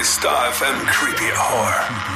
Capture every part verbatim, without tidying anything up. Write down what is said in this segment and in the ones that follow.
Star F M Creepy Hour.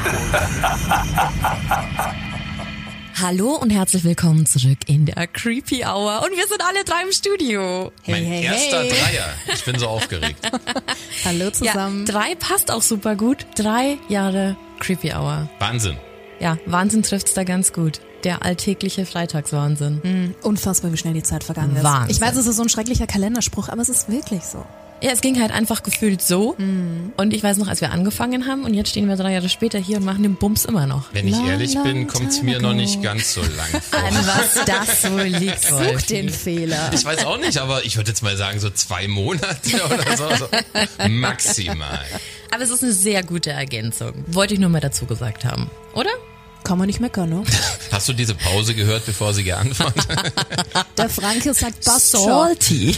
Hallo und herzlich willkommen zurück in der Creepy Hour. Und wir sind alle drei im Studio. Hey, mein hey, erster hey. Dreier. Ich bin so aufgeregt. Hallo zusammen. Ja, drei passt auch super gut. Drei Jahre Creepy Hour. Wahnsinn. Ja, Wahnsinn trifft's da ganz gut. Der alltägliche Freitagswahnsinn. Mhm. Unfassbar, wie schnell die Zeit vergangen ist. Wahnsinn. Ich weiß, es ist so ein schrecklicher Kalenderspruch, aber es ist wirklich so. Ja, es ging halt einfach gefühlt so. Mhm. Und ich weiß noch, als wir angefangen haben und jetzt stehen wir drei Jahre später hier und machen den Bums immer noch. Wenn ich ehrlich bin, kommt's mir noch nicht ganz so lang vor. An was das wohl liegt. Such den Fehler. Ich weiß auch nicht, aber ich würde jetzt mal sagen, so zwei Monate oder so. Also maximal. Aber es ist eine sehr gute Ergänzung. Wollte ich nur mal dazu gesagt haben, oder? Kann man nicht meckern, ne? Hast du diese Pause gehört, bevor sie geantwortet hat? Der Franke sagt passt salty.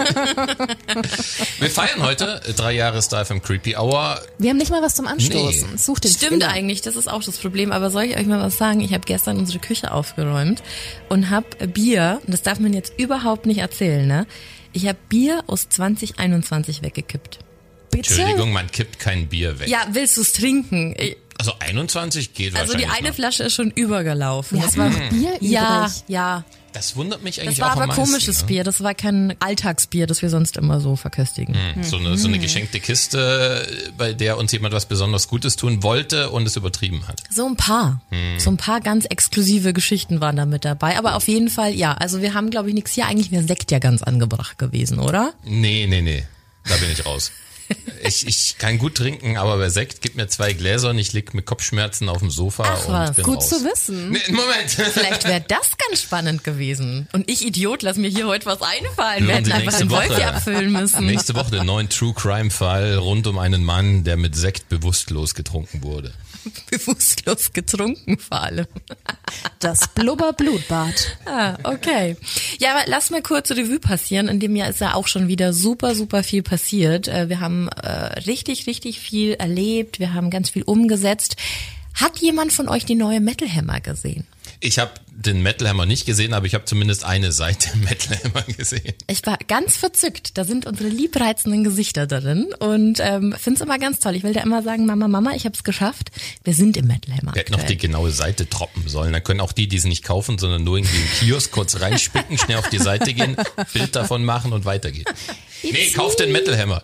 Wir feiern heute drei Jahre Star F M Creepy Hour. Wir haben nicht mal was zum Anstoßen. Nee. Such den Stimmt Fehler. eigentlich, das ist auch das Problem. Aber soll ich euch mal was sagen? Ich habe gestern unsere Küche aufgeräumt und habe Bier, und das darf man jetzt überhaupt nicht erzählen, ne? Ich habe Bier aus zwanzig einundzwanzig weggekippt. Bitte? Entschuldigung, man kippt kein Bier weg. Ja, willst du es trinken? Also einundzwanzig geht Also wahrscheinlich die eine noch. Flasche ist schon übergelaufen. Wir Das hatten war noch Bier übrig. ja, ja. Das wundert mich eigentlich Das war auch am aber meisten, komisches ne? Bier. Das war kein Alltagsbier, das wir sonst immer so verköstigen. Hm, so eine, so eine geschenkte Kiste, bei der uns jemand was besonders Gutes tun wollte und es übertrieben hat. So ein paar. Hm. So ein paar ganz exklusive Geschichten waren da mit dabei. Aber auf jeden Fall, ja. Also wir haben, glaube ich, nichts hier. Eigentlich wäre Sekt ja ganz angebracht gewesen, oder? Nee, nee, nee. Da bin ich raus. Ich, ich kann gut trinken, aber bei Sekt, gib mir zwei Gläser und ich lieg mit Kopfschmerzen auf dem Sofa Ach und was, bin Gut raus. zu wissen. Nee, Moment. Vielleicht wäre das ganz spannend gewesen. Und ich, Idiot, lass mir hier heute was einfallen. Wir Und hätten die einfach nächste den Wolf Woche- hier abfüllen müssen. Nächste Woche den neuen True Crime Fall rund um einen Mann, der mit Sekt bewusstlos getrunken wurde. Bewusstlos getrunken vor allem. Das Blubber-Blutbad. Ah, okay. Ja, aber lass mal kurz Revue passieren. In dem Jahr ist ja auch schon wieder super, super viel passiert. Äh, Wir haben äh, richtig, richtig viel erlebt. Wir haben ganz viel umgesetzt. Hat jemand von euch die neue Metal Hammer gesehen? Ich habe den Metal Hammer nicht gesehen, aber ich habe zumindest eine Seite im Metal Hammer gesehen. Ich war ganz verzückt. Da sind unsere liebreizenden Gesichter drin und ähm, finde es immer ganz toll. Ich will da immer sagen, Mama, Mama, ich habe es geschafft. Wir sind im Metal Hammer. Wir hätten noch die genaue Seite droppen sollen. Dann können auch die, die es nicht kaufen, sondern nur irgendwie im Kiosk kurz reinspicken, schnell auf die Seite gehen, Bild davon machen und weitergehen. Nee, kauf den Metal Hammer.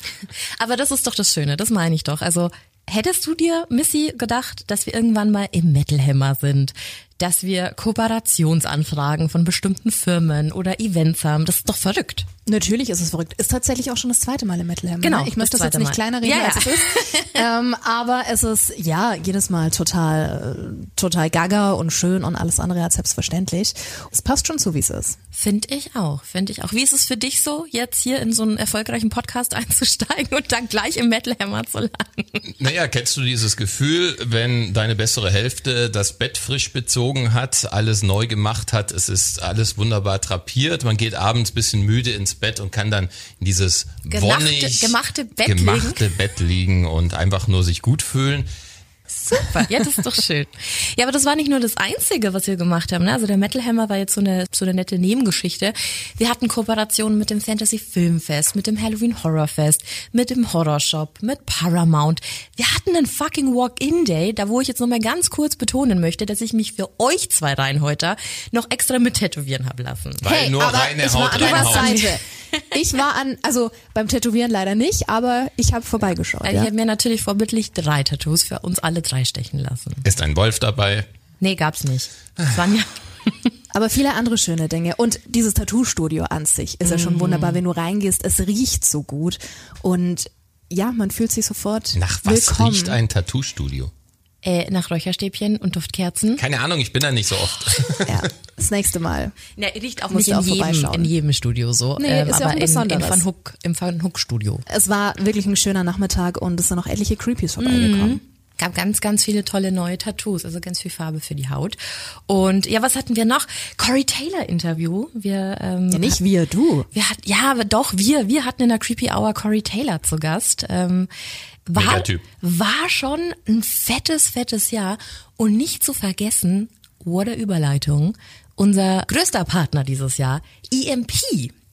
Aber das ist doch das Schöne, das meine ich doch. Also hättest du dir, Missy, gedacht, dass wir irgendwann mal im Metal Hammer sind? Dass wir Kooperationsanfragen von bestimmten Firmen oder Events haben? Das ist doch verrückt. Natürlich ist es verrückt. Ist tatsächlich auch schon das zweite Mal im Metal Hammer. Genau, Ne? Ich möchte das das jetzt zweite nicht Mal. kleiner reden, Ja, ja. als es ist. ähm, aber es ist, ja, jedes Mal total, äh, total gaga und schön und alles andere als selbstverständlich. Es passt schon so, wie es ist. Finde ich auch, finde ich auch. Wie ist es für dich so, jetzt hier in so einen erfolgreichen Podcast einzusteigen und dann gleich im Metal Hammer zu landen? Naja, kennst du dieses Gefühl, wenn deine bessere Hälfte das Bett frisch bezogen hat, alles neu gemacht hat, es ist alles wunderbar drapiert, man geht abends bisschen müde ins Bett und kann dann in dieses Gemachte- wonnig gemachte Bett gemachte Bett liegen und einfach nur sich gut fühlen. Super, ja, das ist doch schön. Ja, aber das war nicht nur das Einzige, was wir gemacht haben. Ne? Also der Metal Hammer war jetzt so eine so eine nette Nebengeschichte. Wir hatten Kooperationen mit dem Fantasy Filmfest, mit dem Halloween Horror Fest, mit dem Horror Shop, mit Paramount. Wir hatten einen fucking Walk-in-Day, da wo ich jetzt noch mal ganz kurz betonen möchte, dass ich mich für euch zwei Reinhäuter noch extra mit tätowieren habe lassen. Weil hey, nur aber reine ich war Haut an der reinhaut. Seite. Ich war an, also beim Tätowieren leider nicht, aber ich habe vorbeigeschaut. Also Ja. ich habe mir natürlich vorbildlich drei Tattoos für uns alle drei stechen lassen. Ist ein Wolf dabei? Nee, gab's nicht. Das waren ja Aber viele andere schöne Dinge. Und dieses Tattoo-Studio an sich ist ja schon wunderbar, wenn du reingehst. Es riecht so gut und ja, man fühlt sich sofort Nach was willkommen. riecht ein Tattoo-Studio? äh, nach Räucherstäbchen und Duftkerzen. Keine Ahnung, ich bin da nicht so oft. Ja, das nächste Mal. Ja, riecht auch Musst nicht du in auch jedem, vorbeischauen. in jedem Studio so, Nee, ähm, ist ja auch aber ein in, in besonderes. Van Hook, im Van Hook Studio. Es war wirklich ein schöner Nachmittag und es sind noch etliche Creepies vorbeigekommen. Gab ganz, ganz viele tolle neue Tattoos, also ganz viel Farbe für die Haut. Und ja, was hatten wir noch? Corey Taylor Interview. Wir, ähm, Ja, nicht wir, du. Wir hat, ja, aber doch, wir, wir hatten in der Creepy Hour Corey Taylor zu Gast. Ähm, war, Megatyp. war schon ein fettes, fettes Jahr. Und nicht zu vergessen, what a Überleitung, unser größter Partner dieses Jahr, E M P.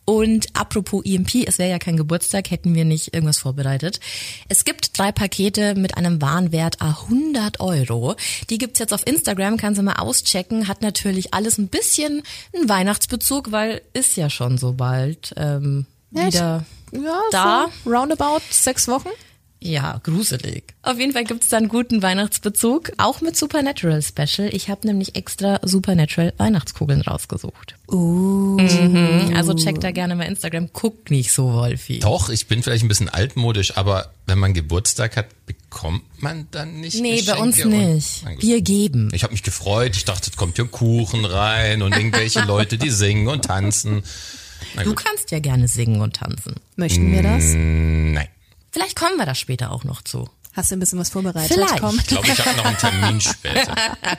Und apropos E M P, es wäre ja kein Geburtstag, hätten wir nicht irgendwas vorbereitet. Es gibt drei Pakete mit einem Warenwert a hundert Euro. Die gibt's jetzt auf Instagram, kannst du mal auschecken. Hat natürlich alles ein bisschen einen Weihnachtsbezug, weil ist ja schon so bald ähm, Ja, wieder Ja, da. so roundabout sechs Wochen. Ja, gruselig. Auf jeden Fall gibt's da einen guten Weihnachtsbezug, auch mit Supernatural Special. Ich habe nämlich extra Supernatural Weihnachtskugeln rausgesucht. Uh. Mhm, also checkt da gerne mal Instagram, guckt nicht so, Wolfi. Doch, ich bin vielleicht ein bisschen altmodisch, aber wenn man Geburtstag hat, bekommt man dann nicht Nee, Geschenke? bei uns Und- nicht. Na gut. Wir geben. Ich habe mich gefreut, ich dachte, es kommt hier Kuchen rein und irgendwelche Leute, die singen und tanzen. Na Du gut. kannst ja gerne singen und tanzen. Möchten wir das? Nein. Vielleicht kommen wir da später auch noch zu. Hast du ein bisschen was vorbereitet? Vielleicht. Komm. Ich glaube, ich habe noch einen Termin später.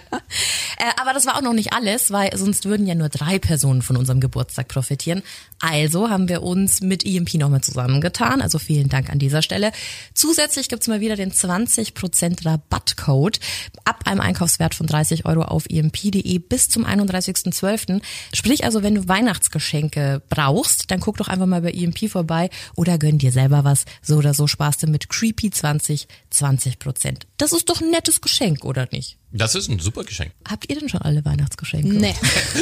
Äh, aber das war auch noch nicht alles, weil sonst würden ja nur drei Personen von unserem Geburtstag profitieren. Also haben wir uns mit E M P nochmal zusammengetan. Also vielen Dank an dieser Stelle. Zusätzlich gibt's mal wieder den zwanzig Prozent Rabattcode ab einem Einkaufswert von dreißig Euro auf e m p punkt d e bis zum einunddreißigsten zwölften Sprich also, wenn du Weihnachtsgeschenke brauchst, dann guck doch einfach mal bei E M P vorbei oder gönn dir selber was. So oder so sparst du mit Creepy zwanzig zwanzig Prozent. Das ist doch ein nettes Geschenk, oder nicht? Das ist ein super Geschenk. Habt ihr denn schon alle Weihnachtsgeschenke? Nee.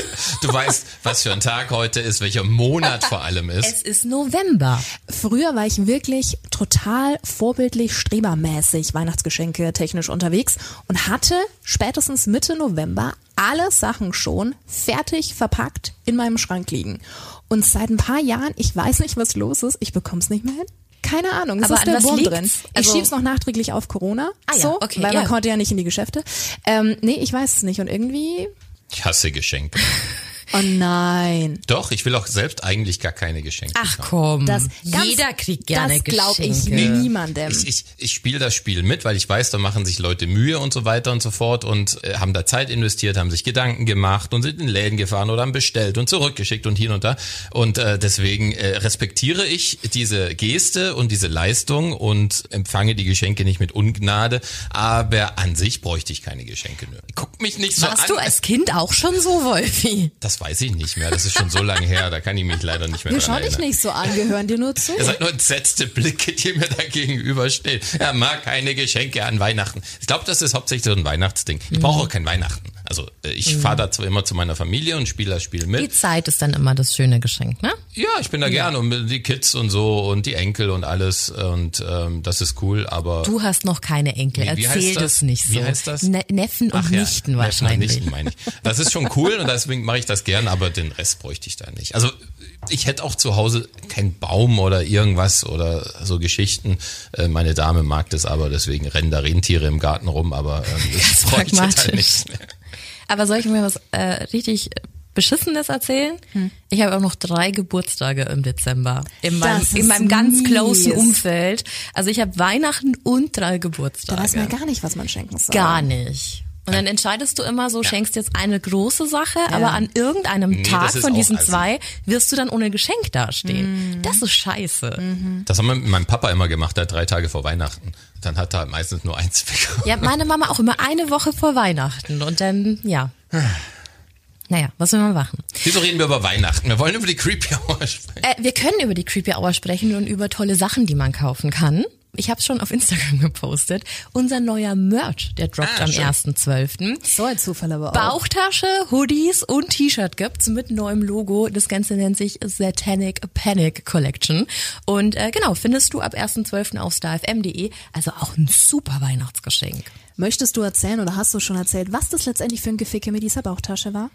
Du weißt, was für ein Tag heute ist, welcher Monat vor allem ist. Es ist November. Früher war ich wirklich total vorbildlich strebermäßig Weihnachtsgeschenke technisch unterwegs und hatte spätestens Mitte November alle Sachen schon fertig verpackt in meinem Schrank liegen. Und seit ein paar Jahren, ich weiß nicht, was los ist, ich bekomm's nicht mehr hin. Keine Ahnung, es Aber ist an der was Wurm liegt's? drin. Ich Also- schieb's noch nachträglich auf Corona, Ah ja, so, okay, weil ja. man konnte ja nicht in die Geschäfte. Ähm, nee, ich weiß es nicht und irgendwie, Ich hasse Geschenke. oh nein. Doch, ich will auch selbst eigentlich gar keine Geschenke Ach haben. komm, Das ganz- jeder kriegt gerne das glaub ich Geschenke. niemandem. Ich, ich, ich spiele das Spiel mit, weil ich weiß, da machen sich Leute Mühe und so weiter und so fort und äh, haben da Zeit investiert, haben sich Gedanken gemacht und sind in Läden gefahren oder haben bestellt und zurückgeschickt und hin und da. Und äh, deswegen äh, respektiere ich diese Geste und diese Leistung und empfange die Geschenke nicht mit Ungnade. Aber an sich bräuchte ich keine Geschenke. Nö. Guck mich nicht so Warst an. du als Kind auch schon so, Wolfi? Das weiß ich nicht mehr. Das ist schon so lange her. Da kann ich mich leider nicht mehr Wir dran schauen dich erinnern. nicht so an, wir hören dir nur zu. Ihr seid nur entsetzte Blicke, die mir da gegenüberstehen. Er mag keine Geschenke an Weihnachten. Ich glaube, das ist hauptsächlich so ein Weihnachtsding. Ich brauche auch kein Weihnachten. Also äh, ich fahre da zwar immer zu meiner Familie und spiele das Spiel Die mit. Zeit ist dann immer das schöne Geschenk, ne? Ja, ich bin da gerne und mit die Kids und so und die Enkel und alles und ähm, das ist cool, aber Du hast noch keine Enkel, Wie- wie erzähl heißt das? das nicht so. Wie heißt das? Ne Neffen und Ach ja, Nichten Neffen und wahrscheinlich. Nichten meine ich. Das ist schon cool und deswegen mache ich das gern, aber den Rest bräuchte ich da nicht. Also ich hätte auch zu Hause keinen Baum oder irgendwas oder so Geschichten. Äh, Meine Dame mag das aber, deswegen rennen da Rentiere im Garten rum, aber ähm, ich bräuchte da pragmatisch. nichts mehr. Aber soll ich mir was äh, richtig Beschissenes erzählen? Hm. Ich habe auch noch drei Geburtstage im Dezember. In meinem, Das in ist meinem ganz mies. closen Umfeld. Also ich habe Weihnachten und drei Da Geburtstage. weiß man gar nicht, was man schenken soll. Gar nicht. Und dann entscheidest du immer so, schenkst jetzt eine große Sache, aber an irgendeinem Nee, Tag das ist von auch diesen assi. zwei wirst du dann ohne Geschenk dastehen. Mhm. Das ist scheiße. Das haben wir mit meinem Papa immer gemacht, der hat drei Tage vor Weihnachten. Dann hat er meistens nur eins bekommen. Ja, meine Mama auch immer eine Woche vor Weihnachten und dann, ja. Naja, was will man machen? Wieso reden wir über Weihnachten? Wir wollen über die Creepy Hour sprechen. Äh, wir können über die Creepy Hour sprechen und über tolle Sachen, die man kaufen kann. Ich habe es schon auf Instagram gepostet. Unser neuer Merch, der droppt Ah, am schön. ersten zwölften So ein Zufall aber auch. Bauchtasche, Hoodies und T-Shirt gibt's mit neuem Logo. Das Ganze nennt sich Satanic Panic Collection. Und äh, genau, findest du ab ersten zwölften auf starfm punkt de. Also auch ein super Weihnachtsgeschenk. Möchtest du erzählen oder hast du schon erzählt, was das letztendlich für ein Geficke mit dieser Bauchtasche war?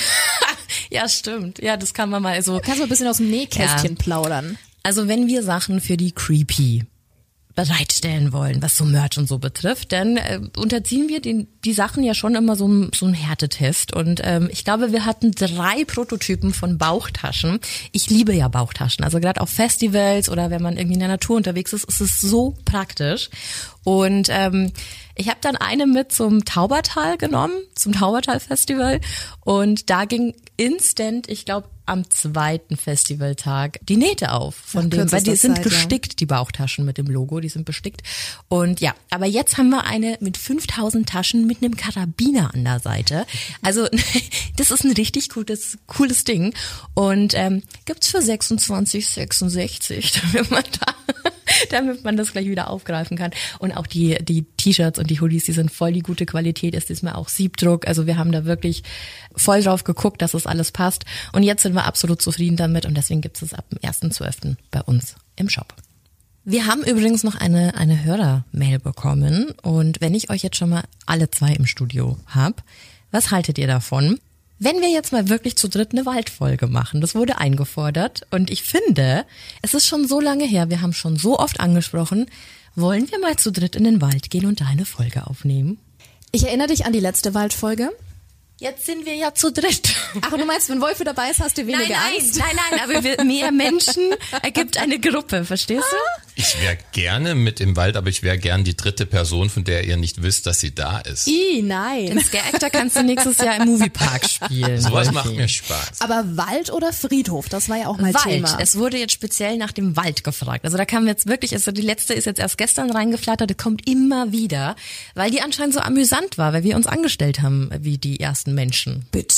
Ja, stimmt. Ja, das kann man mal so. Kannst du ein bisschen aus dem Nähkästchen Ja. plaudern? Also wenn wir Sachen für die Creepy bereitstellen wollen, was so Merch und so betrifft, dann äh, unterziehen wir den, die Sachen ja schon immer so, einem- so einen Härtetest. Und ähm, ich glaube, wir hatten drei Prototypen von Bauchtaschen. Ich liebe ja Bauchtaschen. Also gerade auf Festivals oder wenn man irgendwie in der Natur unterwegs ist, ist es so praktisch. Und ähm, ich habe dann eine mit zum Taubertal genommen, zum Taubertal-Festival. Und da ging instant, ich glaube, am zweiten Festivaltag die Nähte auf. Von Nach dem, weil die kürzester sind Zeit, ja. bestickt, die Bauchtaschen mit dem Logo, die sind bestickt. Und ja, aber jetzt haben wir eine mit fünftausend Taschen mit einem Karabiner an der Seite. Also das ist ein richtig gutes, cooles Ding. Und ähm, gibt's für sechsundzwanzig sechsundsechzig, damit man da, damit man das gleich wieder aufgreifen kann. Und auch die die T-Shirts und die Hoodies, die sind voll die gute Qualität. Es ist mir auch Siebdruck. Also wir haben da wirklich voll drauf geguckt, dass es alles passt. Und jetzt sind wir absolut zufrieden damit und deswegen gibt es ab dem ersten zwölften bei uns im Shop. Wir haben übrigens noch eine eine Hörermail bekommen und wenn ich euch jetzt schon mal alle zwei im Studio hab, was haltet ihr davon? Wenn wir jetzt mal wirklich zu dritt eine Waldfolge machen, das wurde eingefordert und ich finde, es ist schon so lange her, wir haben schon so oft angesprochen, wollen wir mal zu dritt in den Wald gehen und da eine Folge aufnehmen? Ich erinnere dich an die letzte Waldfolge. Jetzt sind wir ja zu dritt. Ach, du meinst, wenn Wolfi dabei ist, hast du weniger Nein, nein, Angst? nein, nein, aber wir, mehr Menschen ergibt eine Gruppe, verstehst du? Ich wäre gerne mit im Wald, aber ich wäre gern die dritte Person, von der ihr nicht wisst, dass sie da ist. I, nein. Den Scare-Actor kannst du nächstes Jahr im Moviepark spielen. Sowas Wolfi. macht mir Spaß. Aber Wald oder Friedhof, das war ja auch mal Wald. Thema. Es wurde jetzt speziell nach dem Wald gefragt. Also da kam jetzt wirklich, also die letzte ist jetzt erst gestern reingeflattert, die kommt immer wieder, weil die anscheinend so amüsant war, weil wir uns angestellt haben wie die ersten Menschen. Bitte?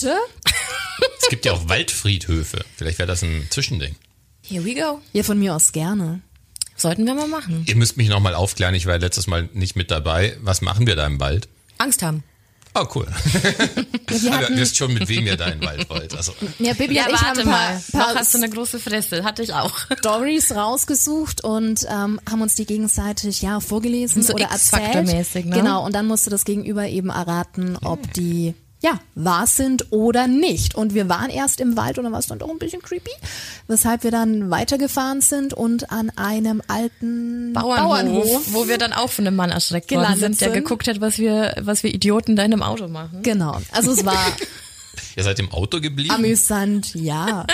Es gibt ja auch Waldfriedhöfe. Vielleicht wäre das ein Zwischending. Here we go. Ja, von mir aus gerne. Sollten wir mal machen. Ihr müsst mich nochmal aufklären, ich war letztes Mal nicht mit dabei. Was machen wir da im Wald? Angst haben. Oh, cool. Ja, wir Aber hatten, ihr wisst schon, mit wem ihr da in den Wald wollt. Also, ja, Bibi Ja, und ich haben warte ein paar, mal. Noch paar hast du eine große Fresse. Hatte ich auch. Stories rausgesucht und ähm, haben uns die gegenseitig ja vorgelesen So oder erzählt. X-Factor-mäßig, ne? Genau, und dann musste das Gegenüber eben erraten, ob die ja wahr sind oder nicht. Und wir waren erst im Wald und dann war es dann doch ein bisschen creepy, weshalb wir dann weitergefahren sind und an einem alten Bauernhof, Bauernhof, wo wir dann auch von einem Mann erschreckt worden gelandet sind, der sind. geguckt hat, was wir, was wir Idioten da in einem Auto machen. Genau, also es war ihr seid im Auto geblieben? amüsant, ja.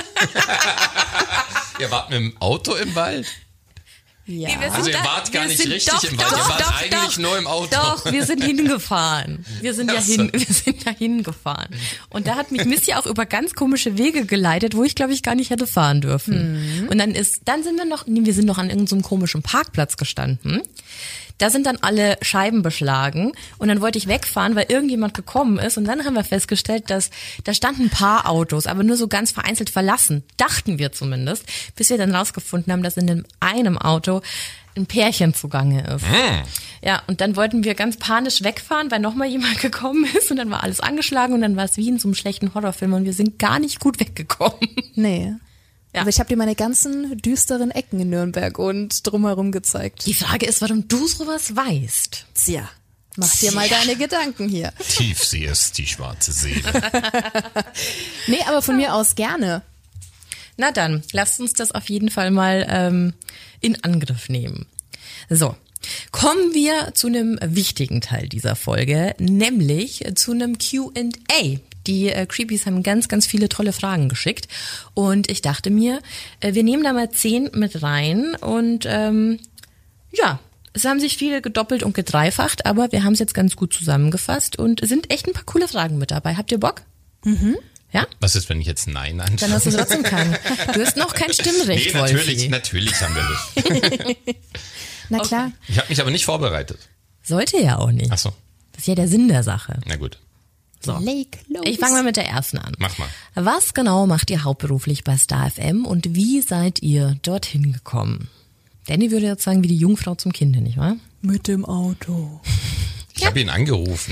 Ihr wart mit dem Auto im Wald? Ja. Nee, wir sind Also ihr da- wart gar wir nicht sind- richtig doch, im Wald, doch, ihr wart doch, eigentlich doch, nur im Auto. Doch, wir sind hingefahren. Wir sind ja Ach so. hin, wir sind da hingefahren. Und da hat mich Missy auch über ganz komische Wege geleitet, wo ich glaube ich gar nicht hätte fahren dürfen. Und dann ist, dann sind wir noch, nee, wir sind noch an irgendeinem komischen Parkplatz gestanden. Da sind dann alle Scheiben beschlagen und dann wollte ich wegfahren, weil irgendjemand gekommen ist und dann haben wir festgestellt, dass da standen ein paar Autos, aber nur so ganz vereinzelt verlassen, dachten wir zumindest, bis wir dann rausgefunden haben, dass in dem einem Auto ein Pärchen zugange ist. Hm. Ja, und dann wollten wir ganz panisch wegfahren, weil nochmal jemand gekommen ist und dann war alles angeschlagen und dann war es wie in so einem schlechten Horrorfilm und wir sind gar nicht gut weggekommen. Nee. Ja. Aber ich habe dir meine ganzen düsteren Ecken in Nürnberg und drumherum gezeigt. Die Frage ist, warum du sowas weißt. Tja, mach dir mal deine Gedanken hier. Tief sie ist, die schwarze Seele. Nee, aber von mir aus gerne. Na dann, lasst uns das auf jeden Fall mal ähm, in Angriff nehmen. So, kommen wir zu einem wichtigen Teil dieser Folge, nämlich zu einem Q and A. Die äh, Creepies haben ganz, ganz viele tolle Fragen geschickt und ich dachte mir, äh, wir nehmen da mal zehn mit rein und ähm, ja, es haben sich viele gedoppelt und gedreifacht, aber wir haben es jetzt ganz gut zusammengefasst und es sind echt ein paar coole Fragen mit dabei. Habt ihr Bock? Mhm. Ja? Was ist, wenn ich jetzt Nein anschaue? Dann hast du trotzdem keinen. Du hast noch kein Stimmrecht, Nee, natürlich, Wolfi. natürlich haben wir Lust. Na klar. Ich habe mich aber nicht vorbereitet. Sollte ja auch nicht. Ach so, Das ist ja der Sinn der Sache. na gut. So. Leg los. Ich fange mal mit der ersten an. Mach mal. Was genau macht ihr hauptberuflich bei Star F M und wie seid ihr dorthin gekommen? Danny würde jetzt sagen, wie die Jungfrau zum Kinde, nicht wahr? Mit dem Auto. Ich habe ihn angerufen.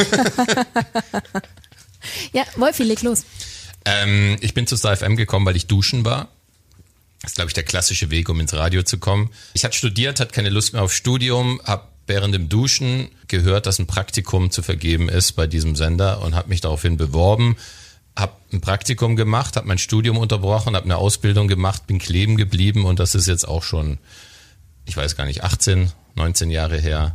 Ja, Wolfi, leg los. ähm, ich bin zu Star F M gekommen, weil ich duschen war. Das ist, glaube ich, der klassische Weg, um ins Radio zu kommen. Ich hatte studiert, hatte keine Lust mehr auf Studium, habe während dem Duschen gehört, dass ein Praktikum zu vergeben ist bei diesem Sender und habe mich daraufhin beworben, habe ein Praktikum gemacht, habe mein Studium unterbrochen, habe eine Ausbildung gemacht, bin kleben geblieben und das ist jetzt auch schon, ich weiß gar nicht, achtzehn, neunzehn Jahre her.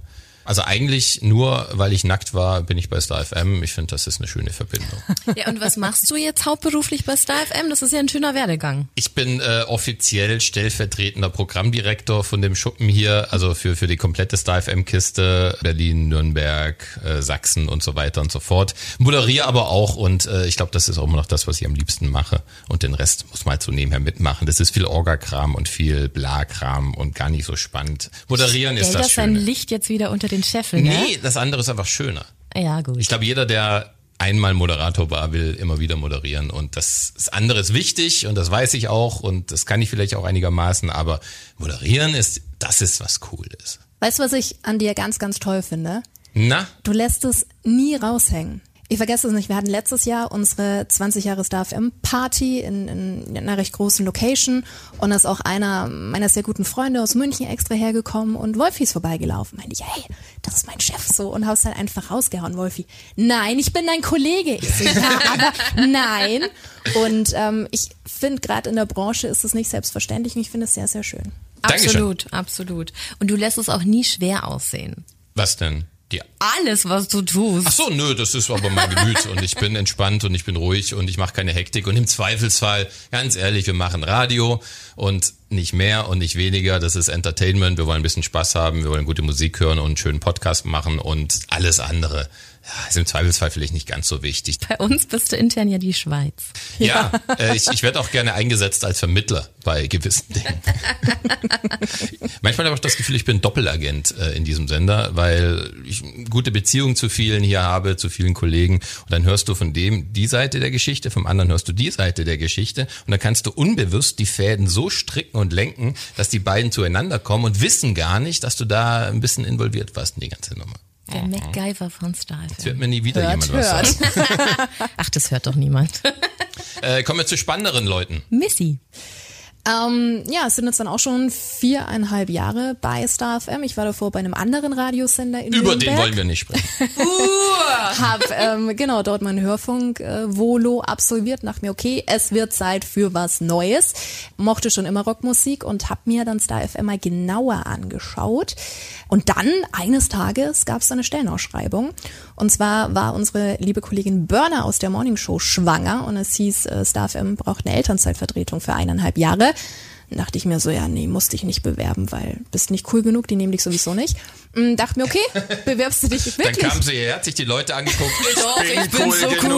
Also eigentlich nur, weil ich nackt war, bin ich bei Star F M. Ich finde, das ist eine schöne Verbindung. Ja, und was machst du jetzt hauptberuflich bei Star F M? Das ist ja ein schöner Werdegang. Ich bin äh, offiziell stellvertretender Programmdirektor von dem Schuppen hier, also für für die komplette Star F M-Kiste, Berlin, Nürnberg, äh, Sachsen und so weiter und so fort. Moderiere aber auch und äh, ich glaube, das ist auch immer noch das, was ich am liebsten mache. Und den Rest muss man halt so nebenher mitmachen. Das ist viel Orga-Kram und viel Bla-Kram und gar nicht so spannend. Moderieren ist das Stell Schöne. das sein Licht jetzt wieder unter den Scheffel, ne? Nee, das andere ist einfach schöner. Ja, gut. Ich glaube, jeder, der einmal Moderator war, will immer wieder moderieren und das, das andere ist wichtig und das weiß ich auch und das kann ich vielleicht auch einigermaßen, aber moderieren ist, das ist was Cooles. Weißt du, was ich an dir ganz, ganz toll finde? Na? Du lässt es nie raushängen. Ich vergesse es nicht, wir hatten letztes Jahr unsere zwanzig Jahre Star F M Party in, in einer recht großen Location und da ist auch einer meiner sehr guten Freunde aus München extra hergekommen und Wolfi ist vorbeigelaufen. Meinte ich, hey, das ist mein Chef so und hab's dann einfach rausgehauen. Wolfi, nein, ich bin dein Kollege. Ich so, ja, aber nein. Und ähm, ich finde, gerade in der Branche ist es nicht selbstverständlich und ich finde es sehr, sehr schön. Absolut, absolut. Und du lässt es auch nie schwer aussehen. Was denn? Die Alles, was du tust. Ach so, nö, das ist aber mein Gemüt und ich bin entspannt und ich bin ruhig und ich mache keine Hektik und im Zweifelsfall, ganz ehrlich, wir machen Radio und nicht mehr und nicht weniger, das ist Entertainment, wir wollen ein bisschen Spaß haben, wir wollen gute Musik hören und einen schönen Podcast machen und alles andere, ja, ist im Zweifelsfall vielleicht nicht ganz so wichtig. Bei uns bist du intern ja die Schweiz. Ja, äh, ich, ich werde auch gerne eingesetzt als Vermittler bei gewissen Dingen. Manchmal habe ich das Gefühl, ich bin Doppelagent äh, in diesem Sender, weil ich gute Beziehungen zu vielen hier habe, zu vielen Kollegen und dann hörst du von dem die Seite der Geschichte, vom anderen hörst du die Seite der Geschichte und dann kannst du unbewusst die Fäden so stricken und lenken, dass die beiden zueinander kommen und wissen gar nicht, dass du da ein bisschen involviert warst in die ganze Nummer. Der MacGyver von Star F M. Jetzt wird mir nie wieder Hört, jemand was hört. sagen. Ach, das hört doch niemand. Äh, kommen wir zu spannenderen Leuten. Missy. Ähm, ja, es sind jetzt dann auch schon viereinhalb Jahre bei Star F M. Ich war davor bei einem anderen Radiosender in Über Nürnberg. den wollen wir nicht sprechen. Hab ähm, genau dort meinen Hörfunk äh, Volo absolviert. Dachte mir, okay, es wird Zeit für was Neues. Mochte schon immer Rockmusik und hab mir dann Star F M mal genauer angeschaut. Und dann eines Tages gab es eine Stellenausschreibung. Und zwar war unsere liebe Kollegin Börner aus der Morningshow schwanger und es hieß, äh, Star F M braucht eine Elternzeitvertretung für eineinhalb Jahre. Dann dachte ich mir so, ja, nee, musst dich nicht bewerben, weil bist nicht cool genug, die nehmen dich sowieso nicht. Und dachte mir, okay, bewerbst du dich wirklich? Dann kam sie hierher, hat sich die Leute angeguckt. Ich Doch, bin, ich bin cool so genug.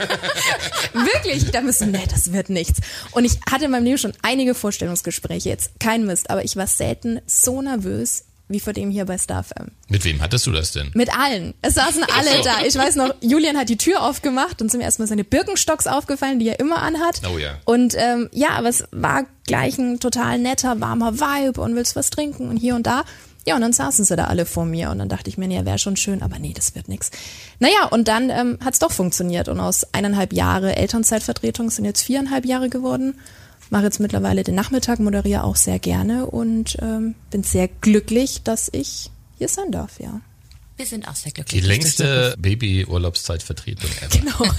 cool. Wirklich? Ich dachte mir so, nee, das wird nichts. Und ich hatte in meinem Leben schon einige Vorstellungsgespräche, jetzt kein Mist, aber ich war selten so nervös wie vor dem hier bei Star F M. Mit wem hattest du das denn? Mit allen. Es saßen alle so. da. Ich weiß noch, Julian hat die Tür aufgemacht und sind mir erstmal seine Birkenstocks aufgefallen, die er immer anhat. Oh ja. Und ähm, ja, aber es war gleich ein total netter, warmer Vibe und willst was trinken und hier und da. Ja, und dann saßen sie da alle vor mir und dann dachte ich mir, nee, wäre schon schön, aber nee, das wird nix. Naja, und dann ähm, hat's doch funktioniert und aus eineinhalb Jahre Elternzeitvertretung sind jetzt viereinhalb Jahre geworden. Mache jetzt mittlerweile den Nachmittag, moderiere auch sehr gerne und ähm, bin sehr glücklich, dass ich hier sein darf, ja. Wir sind auch sehr glücklich. Die längste Baby-Urlaubszeitvertretung ever. Genau.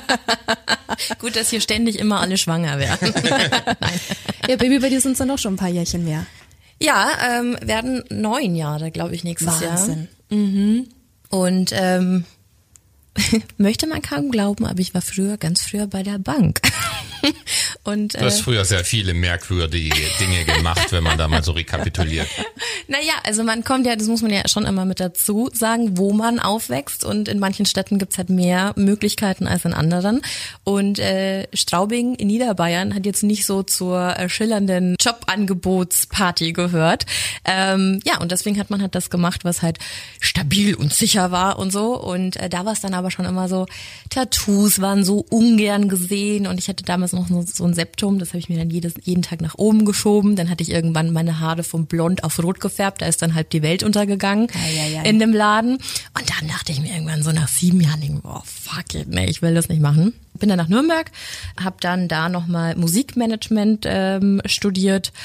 Gut, dass hier ständig immer alle schwanger werden. Nein. Ja, Baby, bei dir sind es dann doch schon ein paar Jährchen mehr. Ja, ähm, werden neun Jahre, glaube ich, nächstes Wahnsinn. Jahr. Mhm. Und ähm, möchte man kaum glauben, aber ich war früher, ganz früher bei der Bank. Und, Du hast äh, früher sehr viele merkwürdige Dinge gemacht, wenn man da mal so rekapituliert. Naja, also man kommt ja, das muss man ja schon immer mit dazu sagen, wo man aufwächst und in manchen Städten gibt's halt mehr Möglichkeiten als in anderen und äh, Straubing in Niederbayern hat jetzt nicht so zur äh, schillernden Jobangebotsparty gehört. Ähm, ja, und deswegen hat man halt das gemacht, was halt stabil und sicher war und so und äh, da war es dann aber schon immer so, Tattoos waren so ungern gesehen und ich hatte damals noch so, so ein Septum, das habe ich mir dann jedes, jeden Tag nach oben geschoben, dann hatte ich irgendwann meine Haare vom Blond auf Rot gefärbt, da ist dann halb die Welt untergegangen Ei, ei, ei. in dem Laden und dann dachte ich mir irgendwann so nach sieben Jahren, oh fuck it, nee, ich will das nicht machen. Bin dann nach Nürnberg, habe dann da nochmal Musikmanagement ähm, studiert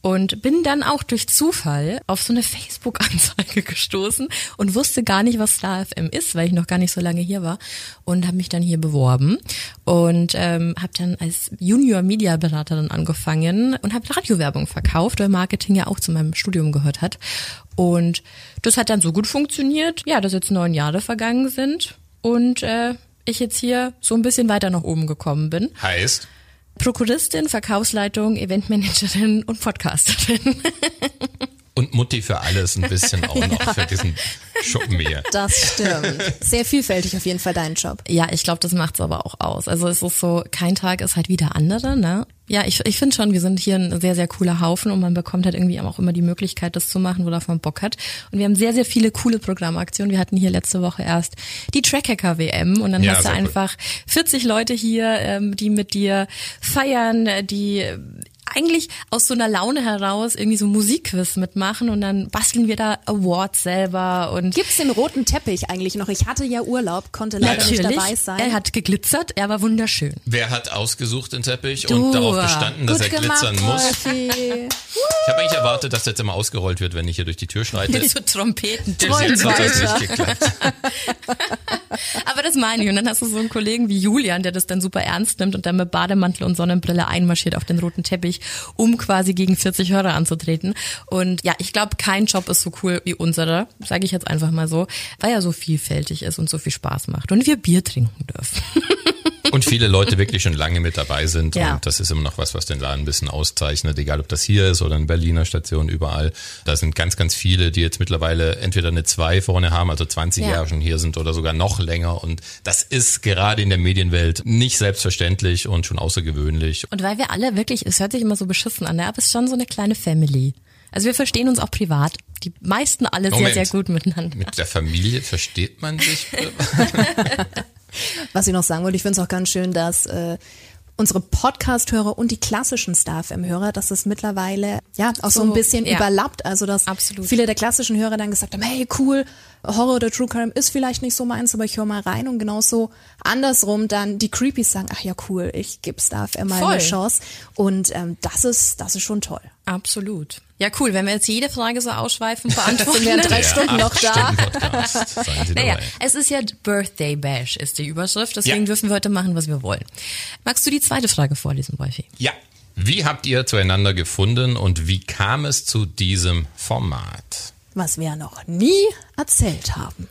und bin dann auch durch Zufall auf so eine Facebook-Anzeige gestoßen und wusste gar nicht, was Star F M ist, weil ich noch gar nicht so lange hier war und habe mich dann hier beworben und ähm, habe dann als Junior-Media-Beraterin angefangen und habe Radiowerbung verkauft, weil Marketing ja auch zu meinem Studium gehört hat. Und das hat dann so gut funktioniert, ja, dass jetzt neun Jahre vergangen sind und äh, ich jetzt hier so ein bisschen weiter nach oben gekommen bin. Heißt? Prokuristin, Verkaufsleitung, Eventmanagerin und Podcasterin. Und Mutti für alles ein bisschen auch noch für diesen Schuppen hier. Das stimmt. Sehr vielfältig auf jeden Fall dein Job. Ja, ich glaube, das macht's aber auch aus. Also es ist so, kein Tag ist halt wie der andere, ne? Ja, ich, ich finde schon, wir sind hier ein sehr, sehr cooler Haufen und man bekommt halt irgendwie auch immer die Möglichkeit, das zu machen, worauf man Bock hat. Und wir haben sehr, sehr viele coole Programmaktionen. Wir hatten hier letzte Woche erst die Trackhacker W M und dann Ja, hast du sehr einfach vierzig Leute hier, ähm, die mit dir feiern, die eigentlich aus so einer Laune heraus irgendwie so Musikquiz mitmachen und dann basteln wir da Awards selber und Gibt's den roten Teppich eigentlich noch? Ich hatte ja Urlaub, konnte leider natürlich, nicht dabei sein. er hat geglitzert, er war wunderschön. Wer hat ausgesucht den Teppich Du, und darauf bestanden, dass Gut er gemacht, glitzern muss? Wolfi. Ich habe eigentlich erwartet, dass jetzt immer ausgerollt wird, wenn ich hier durch die Tür schreite. So Trompeten. Bis jetzt hat das Weiter. nicht geklappt. Aber das meine ich. Und dann hast du so einen Kollegen wie Julian, der das dann super ernst nimmt und dann mit Bademantel und Sonnenbrille einmarschiert auf den roten Teppich, um quasi gegen vierzig Hörer anzutreten. Und ja, ich glaube, kein Job ist so cool wie unserer, sage ich jetzt einfach mal so, weil er so vielfältig ist und so viel Spaß macht. Und wir Bier trinken dürfen. Und viele Leute wirklich schon lange mit dabei sind. Ja. Und das ist immer noch was, was den Laden ein bisschen auszeichnet. Egal, ob das hier ist oder in Berliner Station, überall. Da sind ganz, ganz viele, die jetzt mittlerweile entweder eine zwei vorne haben, also zwanzig Ja. Jahre schon hier sind oder sogar noch länger. Und das ist gerade in der Medienwelt nicht selbstverständlich und schon außergewöhnlich. Und weil wir alle wirklich, es hört sich immer so beschissen an, ne? Aber es ist schon so eine kleine Family. Also wir verstehen uns auch privat. Die meisten alle Moment. sehr, sehr gut miteinander. Mit der Familie versteht man sich? Was ich noch sagen wollte, ich finde es auch ganz schön, dass äh, unsere Podcast-Hörer und die klassischen Star F M-Hörer, dass es mittlerweile ja auch so, So, ein bisschen ja. überlappt. Also dass Absolut. viele der klassischen Hörer dann gesagt haben, hey cool, Horror oder True Crime ist vielleicht nicht so meins, aber ich höre mal rein. Und genauso andersrum dann die Creepies sagen, ach ja cool, ich gebe Star F M mal Voll. eine Chance. Und ähm, das ist das ist schon toll. Absolut. Ja, cool. Wenn wir jetzt jede Frage so ausschweifend beantworten. Sind wir in drei dann- Stunden noch da. Stunden Podcast. Seien Sie Naja, dabei. es ist ja Birthday Bash, ist die Überschrift. Deswegen Ja. dürfen wir heute machen, was wir wollen. Magst du die zweite Frage vorlesen, Wolfi? Ja. Wie habt ihr zueinander gefunden und wie kam es zu diesem Format? Was wir noch nie erzählt haben.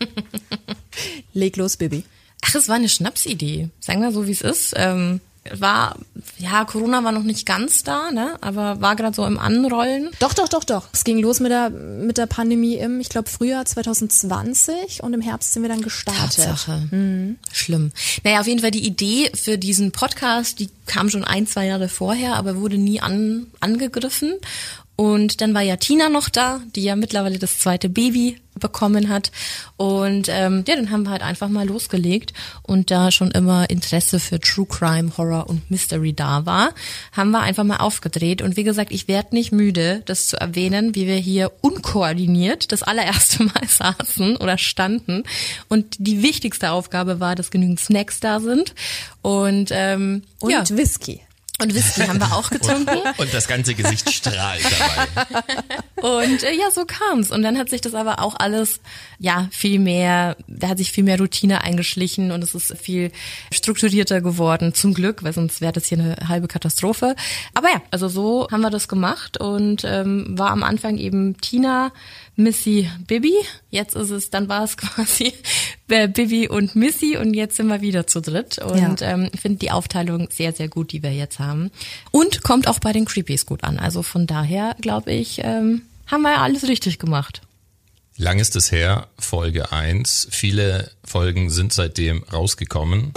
Leg los, Bibi. Ach, es war eine Schnapsidee. Sagen wir so, wie es ist. Ähm, war, ja, Corona war noch nicht ganz da, ne? Aber war gerade so im Anrollen. Doch, doch, doch, doch. Es ging los mit der, mit der Pandemie im, ich glaube, Frühjahr zwanzig zwanzig und im Herbst sind wir dann gestartet. Tatsache. Schlimm. Naja, auf jeden Fall die Idee für diesen Podcast, die kam schon ein, zwei Jahre vorher, aber wurde nie an, angegriffen. Und dann war ja Tina noch da, die ja mittlerweile das zweite Baby bekommen hat. Und ähm, ja, dann haben wir halt einfach mal losgelegt. Und da schon immer Interesse für True Crime, Horror und Mystery da war, haben wir einfach mal aufgedreht. Und wie gesagt, ich werde nicht müde, das zu erwähnen, wie wir hier unkoordiniert das allererste Mal saßen oder standen. Und die wichtigste Aufgabe war, dass genügend Snacks da sind. Und, ähm, Und ja. Whisky. Und Whisky haben wir auch getrunken. Und das ganze Gesicht strahlt dabei. Und äh, ja, so kam's. Und dann hat sich das aber auch alles, ja, viel mehr, da hat sich viel mehr Routine eingeschlichen und es ist viel strukturierter geworden, zum Glück, weil sonst wäre das hier eine halbe Katastrophe. Aber ja, also so haben wir das gemacht und ähm, war am Anfang eben Tina, Missy, Bibi. Jetzt ist es, dann war es quasi äh, Bibi und Missy und jetzt sind wir wieder zu dritt. Und Ja. ähm, ich finde die Aufteilung sehr, sehr gut, die wir jetzt haben. Und kommt auch bei den Creepies gut an. Also von daher, glaube ich, ähm, haben wir ja alles richtig gemacht. Lang ist es her, Folge eins. Viele Folgen sind seitdem rausgekommen.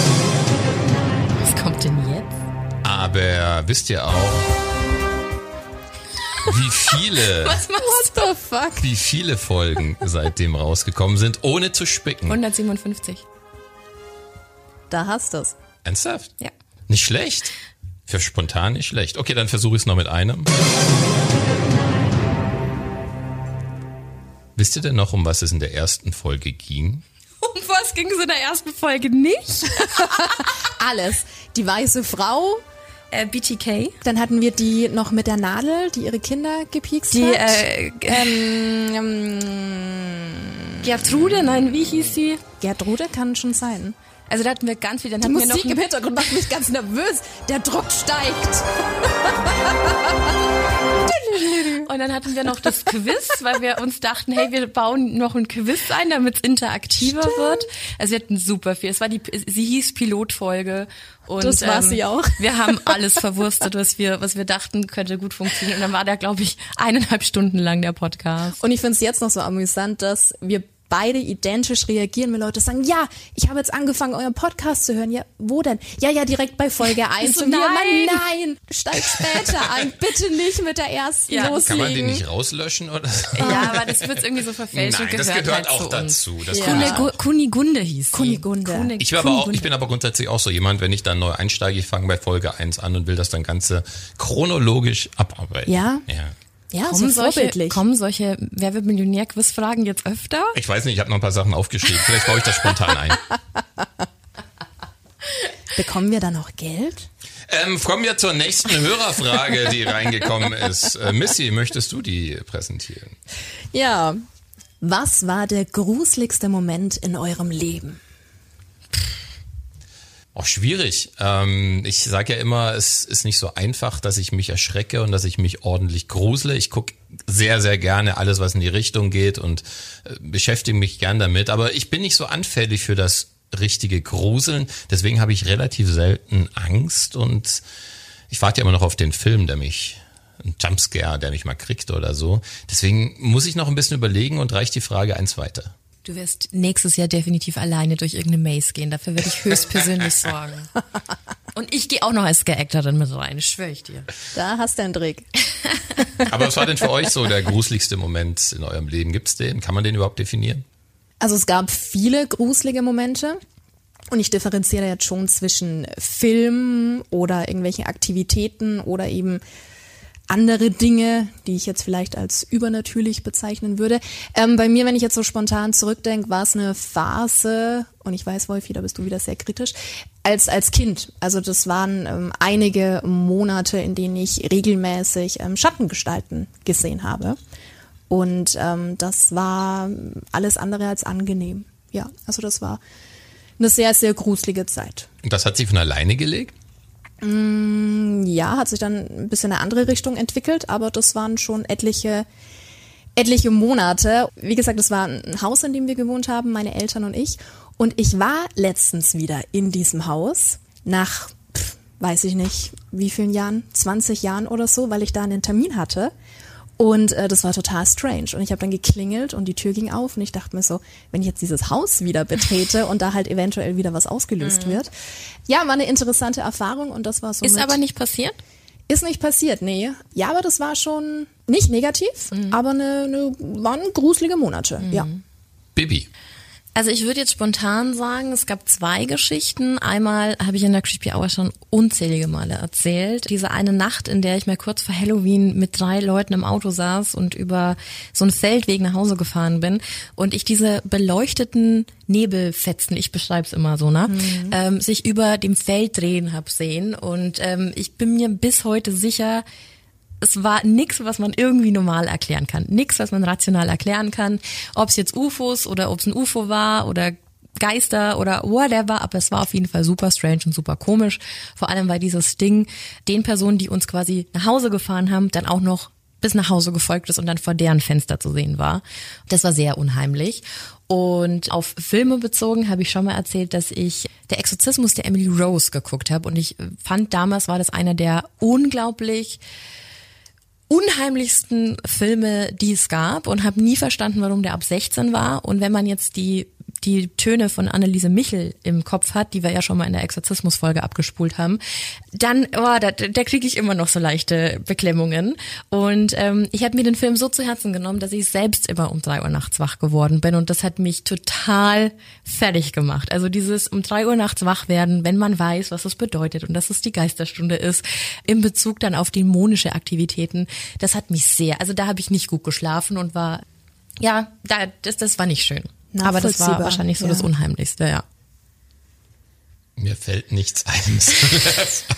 Was kommt denn jetzt? Aber wisst ihr auch, wie viele, Was machst What the fuck? wie viele Folgen seitdem rausgekommen sind, ohne zu du? spicken? hundertsiebenundfünfzig. Da hast du's. Ernsthaft? Ja. Nicht schlecht? Für spontan nicht schlecht. Okay, dann versuche ich es noch mit einem. Wisst ihr denn noch, um was es in der ersten Folge ging? Um was ging es in der ersten Folge nicht? Alles. Die weiße Frau, Äh, B T K. Dann hatten wir die noch mit der Nadel, die ihre Kinder gepiekst Die, hat. äh, ähm, ähm, Gertrude, nein, wie hieß sie? Gertrude kann schon sein. Also da hatten wir ganz viel. Dann Die hatten wir noch Musik im Hintergrund macht mich ganz nervös. Der Druck steigt. Und dann hatten wir noch das Quiz, weil wir uns dachten, hey, wir bauen noch ein Quiz ein, damit es interaktiver Stimmt. wird. Also wir hatten super viel. Es war die, sie hieß Pilotfolge. Und, das war ähm, sie auch. Wir haben alles verwurstet, was wir, was wir dachten, könnte gut funktionieren. Und dann war der, glaube ich, eineinhalb Stunden lang der Podcast. Und ich finde es jetzt noch so amüsant, dass wir beide identisch reagieren, wenn Leute sagen, ja, ich habe jetzt angefangen, euren Podcast zu hören. Ja, wo denn? Ja, ja, direkt bei Folge eins. So, und wir nein. immer, nein, steig später ein. Bitte nicht mit der ersten Ja. loslegen. Kann man den nicht rauslöschen oder so? Ja, aber das wird irgendwie so verfälscht. Nein, und das gehört, gehört halt auch zu dazu. Das Ja. tut Kune, Kunigunde hieß sie. Kunigunde. Kune, Ich, war aber auch, Kunigunde. ich bin aber grundsätzlich auch so jemand, wenn ich dann neu einsteige, ich fange bei Folge eins an und will das dann Ganze chronologisch abarbeiten. Ja. ja. Ja, Kommen so solche, vorbildlich. kommen solche Wer wird Millionär-Quiz-Fragen jetzt öfter? Ich weiß nicht, ich habe noch ein paar Sachen aufgeschrieben. Vielleicht baue ich das spontan ein. Bekommen wir da noch Geld? Ähm, kommen wir zur nächsten Hörerfrage, die reingekommen ist. Äh, Missy, möchtest du die präsentieren? Ja. Was war der gruseligste Moment in eurem Leben? Auch schwierig. Ähm, ich sage ja immer, es ist nicht so einfach, dass ich mich erschrecke und dass ich mich ordentlich grusele. Ich gucke sehr, sehr gerne alles, was in die Richtung geht und äh, beschäftige mich gern damit. Aber ich bin nicht so anfällig für das richtige Gruseln. Deswegen habe ich relativ selten Angst und ich warte ja immer noch auf den Film, der mich, ein Jumpscare, der mich mal kriegt oder so. Deswegen muss ich noch ein bisschen überlegen und reiche die Frage eins weiter. Du wirst nächstes Jahr definitiv alleine durch irgendeine Maze gehen. Dafür werde ich höchstpersönlich sorgen. Und ich gehe auch noch als Scare-Actorin mit rein, das schwöre ich dir. Da hast du einen Trick. Aber was war denn für euch so der gruseligste Moment in eurem Leben? Gibt's den? Kann man den überhaupt definieren? Also es gab viele gruselige Momente und ich differenziere jetzt schon zwischen Filmen oder irgendwelchen Aktivitäten oder eben andere Dinge, die ich jetzt vielleicht als übernatürlich bezeichnen würde. Ähm, bei mir, wenn ich jetzt so spontan zurückdenke, war es eine Phase, und ich weiß, Wolfi, da bist du wieder sehr kritisch, als als Kind. Also das waren ähm, einige Monate, in denen ich regelmäßig ähm, Schattengestalten gesehen habe. Und ähm, das war alles andere als angenehm. Ja, also das war eine sehr, sehr gruselige Zeit. Und das hat sich von alleine gelegt? Ja, hat sich dann ein bisschen in eine andere Richtung entwickelt, aber das waren schon etliche, etliche Monate. Wie gesagt, das war ein Haus, in dem wir gewohnt haben, meine Eltern und ich. Und ich war letztens wieder in diesem Haus, nach, pff, weiß ich nicht, wie vielen Jahren, zwanzig Jahren oder so, weil ich da einen Termin hatte. Und äh, das war total strange. Und ich habe dann geklingelt und die Tür ging auf und ich dachte mir so, wenn ich jetzt dieses Haus wieder betrete und da halt eventuell wieder was ausgelöst mhm. wird. Ja, war eine interessante Erfahrung und das war so. Ist aber nicht passiert? Ist nicht passiert, nee. Ja, aber das war schon nicht negativ, mhm. aber eine, eine, waren gruselige Monate, mhm. ja. Bibi. Also ich würde jetzt spontan sagen, es gab zwei Geschichten. Einmal habe ich in der Creepy Hour schon unzählige Male erzählt. Diese eine Nacht, in der ich mal kurz vor Halloween mit drei Leuten im Auto saß und über so einen Feldweg nach Hause gefahren bin und ich diese beleuchteten Nebelfetzen, ich beschreibe es immer so, ne, mhm. ähm, sich über dem Feld drehen hab sehen. Und ähm, ich bin mir bis heute sicher, es war nichts, was man irgendwie normal erklären kann. Nichts, was man rational erklären kann. Ob es jetzt U F Os oder ob es ein U F O war oder Geister oder whatever. Aber es war auf jeden Fall super strange und super komisch. Vor allem, weil dieses Ding den Personen, die uns quasi nach Hause gefahren haben, dann auch noch bis nach Hause gefolgt ist und dann vor deren Fenster zu sehen war. Das war sehr unheimlich. Und auf Filme bezogen habe ich schon mal erzählt, dass ich Der Exorzismus der Emily Rose geguckt habe. Und ich fand, damals war das einer der unglaublich unheimlichsten Filme, die es gab, und habe nie verstanden, warum der ab sechzehn war. Und wenn man jetzt die die Töne von Anneliese Michel im Kopf hat, die wir ja schon mal in der Exorzismus-Folge abgespult haben, dann, oh, da, da kriege ich immer noch so leichte Beklemmungen. Und ähm, ich habe mir den Film so zu Herzen genommen, dass ich selbst immer um drei Uhr nachts wach geworden bin. Und das hat mich total fertig gemacht. Also dieses um drei Uhr nachts wach werden, wenn man weiß, was das bedeutet und dass es die Geisterstunde ist, in Bezug dann auf dämonische Aktivitäten, das hat mich sehr, also da habe ich nicht gut geschlafen und war, ja, da, das, das war nicht schön. Aber das war wahrscheinlich so ja. das Unheimlichste, ja. Mir fällt nichts ein.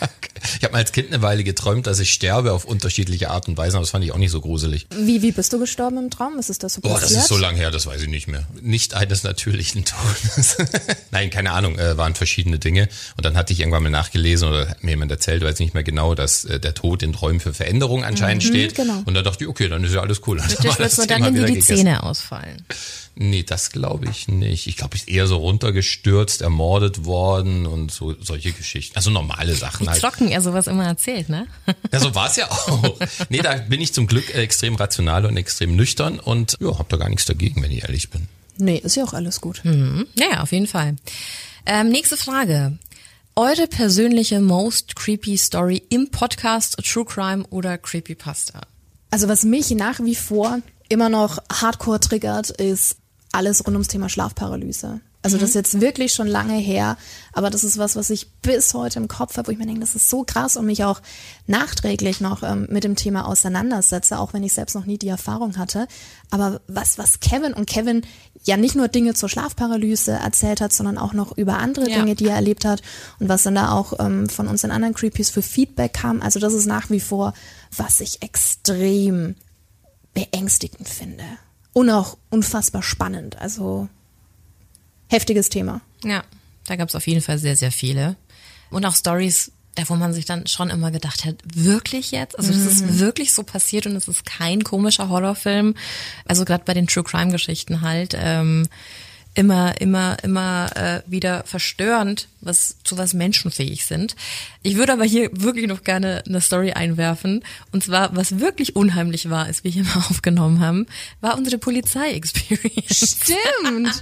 Ich habe mal als Kind eine Weile geträumt, dass ich sterbe auf unterschiedliche Art und Weise, aber das fand ich auch nicht so gruselig. Wie, wie bist du gestorben im Traum? Ist es das so passiert? Boah, das ist so lange her, das weiß ich nicht mehr. Nicht eines natürlichen Todes. Nein, keine Ahnung, äh, waren verschiedene Dinge. Und dann hatte ich irgendwann mal nachgelesen oder hat mir jemand erzählt, weiß nicht mehr genau, dass äh, der Tod in Träumen für Veränderung anscheinend mhm, steht. Genau. Und da dachte ich, okay, dann ist ja alles cool. Richtig wird nur dann, wenn dir die gegessen. Zähne ausfallen. Nee, das glaube ich nicht. Ich glaube, ich bin eher so runtergestürzt, ermordet worden und so solche Geschichten. Also normale Sachen Wie halt. trocken er sowas immer erzählt, ne? Ja, so war es ja auch. Nee, da bin ich zum Glück extrem rational und extrem nüchtern und ja, hab da gar nichts dagegen, wenn ich ehrlich bin. Nee, ist ja auch alles gut. Mhm. Ja, auf jeden Fall. Ähm, nächste Frage. Eure persönliche most creepy Story im Podcast True Crime oder Creepypasta? Also was mich nach wie vor immer noch hardcore triggert, ist alles rund ums Thema Schlafparalyse. Also das ist jetzt wirklich schon lange her, aber das ist was, was ich bis heute im Kopf habe, wo ich mir denke, das ist so krass und mich auch nachträglich noch ähm, mit dem Thema auseinandersetze, auch wenn ich selbst noch nie die Erfahrung hatte. Aber was, was Kevin und Kevin ja nicht nur Dinge zur Schlafparalyse erzählt hat, sondern auch noch über andere ja. Dinge, die er erlebt hat und was dann da auch ähm, von uns in anderen Creepies für Feedback kam. Also das ist nach wie vor, was ich extrem beängstigend finde und auch unfassbar spannend. Also heftiges Thema. Ja, da gab es auf jeden Fall sehr, sehr viele. Und auch Stories, da wo man sich dann schon immer gedacht hat, wirklich jetzt? Also das mhm. ist wirklich so passiert und es ist kein komischer Horrorfilm. Also gerade bei den True Crime Geschichten halt ähm, immer, immer, immer äh, wieder verstörend, was zu was Menschen fähig sind. Ich würde aber hier wirklich noch gerne eine Story einwerfen. Und zwar, was wirklich unheimlich war, als wir hier mal aufgenommen haben, war unsere Polizei-Experience. Stimmt.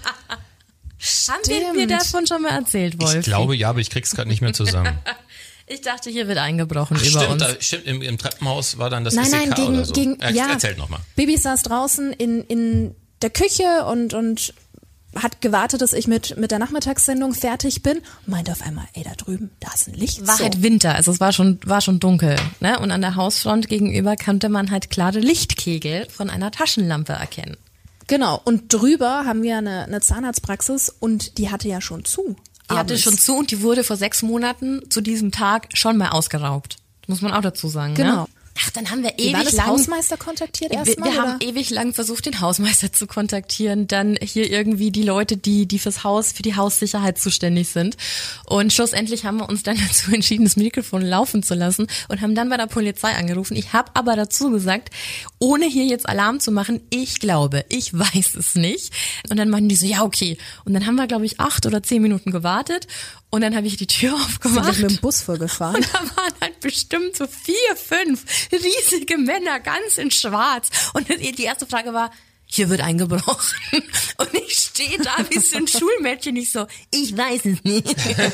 Haben wir dir davon schon mal erzählt, Wolf? Ich glaube ja, aber ich krieg's gerade nicht mehr zusammen. Ich dachte, hier wird eingebrochen Ach, über stimmt, uns. Da, stimmt, im, im Treppenhaus war dann das nein, S E K nein, gegen, oder so. Gegen, Er, ja, erzählt nochmal. Bibi saß draußen in, in der Küche und, und hat gewartet, dass ich mit, mit der Nachmittagssendung fertig bin und meinte auf einmal, ey, da drüben, da ist ein Licht. War so. halt Winter, also es war schon, war schon dunkel, ne? Und an der Hausfront gegenüber konnte man halt klare Lichtkegel von einer Taschenlampe erkennen. Genau, und drüber haben wir eine, eine Zahnarztpraxis und die hatte ja schon zu. Die hatte schon zu und die wurde vor sechs Monaten zu diesem Tag schon mal ausgeraubt. Muss man auch dazu sagen, genau. Ne? Ach, dann haben wir Wie ewig war das lang... Hausmeister kontaktiert Wir, erstmal? wir haben ewig lang versucht, den Hausmeister zu kontaktieren, dann hier irgendwie die Leute, die die fürs Haus, für die Haussicherheit zuständig sind. Und schlussendlich haben wir uns dann dazu entschieden, das Mikrofon laufen zu lassen und haben dann bei der Polizei angerufen. Ich habe aber dazu gesagt, ohne hier jetzt Alarm zu machen, ich glaube, ich weiß es nicht. Und dann meinten die so, ja okay. Und dann haben wir, glaube ich, acht oder zehn Minuten gewartet. Und dann habe ich die Tür aufgemacht. Sind mit dem Bus vorgefahren. Und da waren halt bestimmt so vier, fünf riesige Männer, ganz in schwarz. Und die erste Frage war, hier wird eingebrochen. Und ich stehe da wie so ein Schulmädchen, ich so, ich weiß es nicht.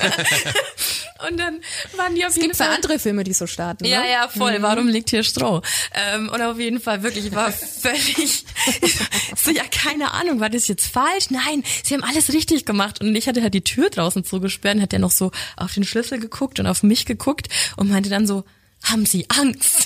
Und dann waren die auf es jeden gibt Fall... für andere Filme, die so starten, Ja, ne? ja, voll. Mhm. Warum liegt hier Stroh? Ähm, und auf jeden Fall wirklich, ich war völlig so, ja, keine Ahnung, war das jetzt falsch? Nein, sie haben alles richtig gemacht. Und ich hatte halt die Tür draußen zugesperrt und hat der noch so auf den Schlüssel geguckt und auf mich geguckt und meinte dann so, haben Sie Angst?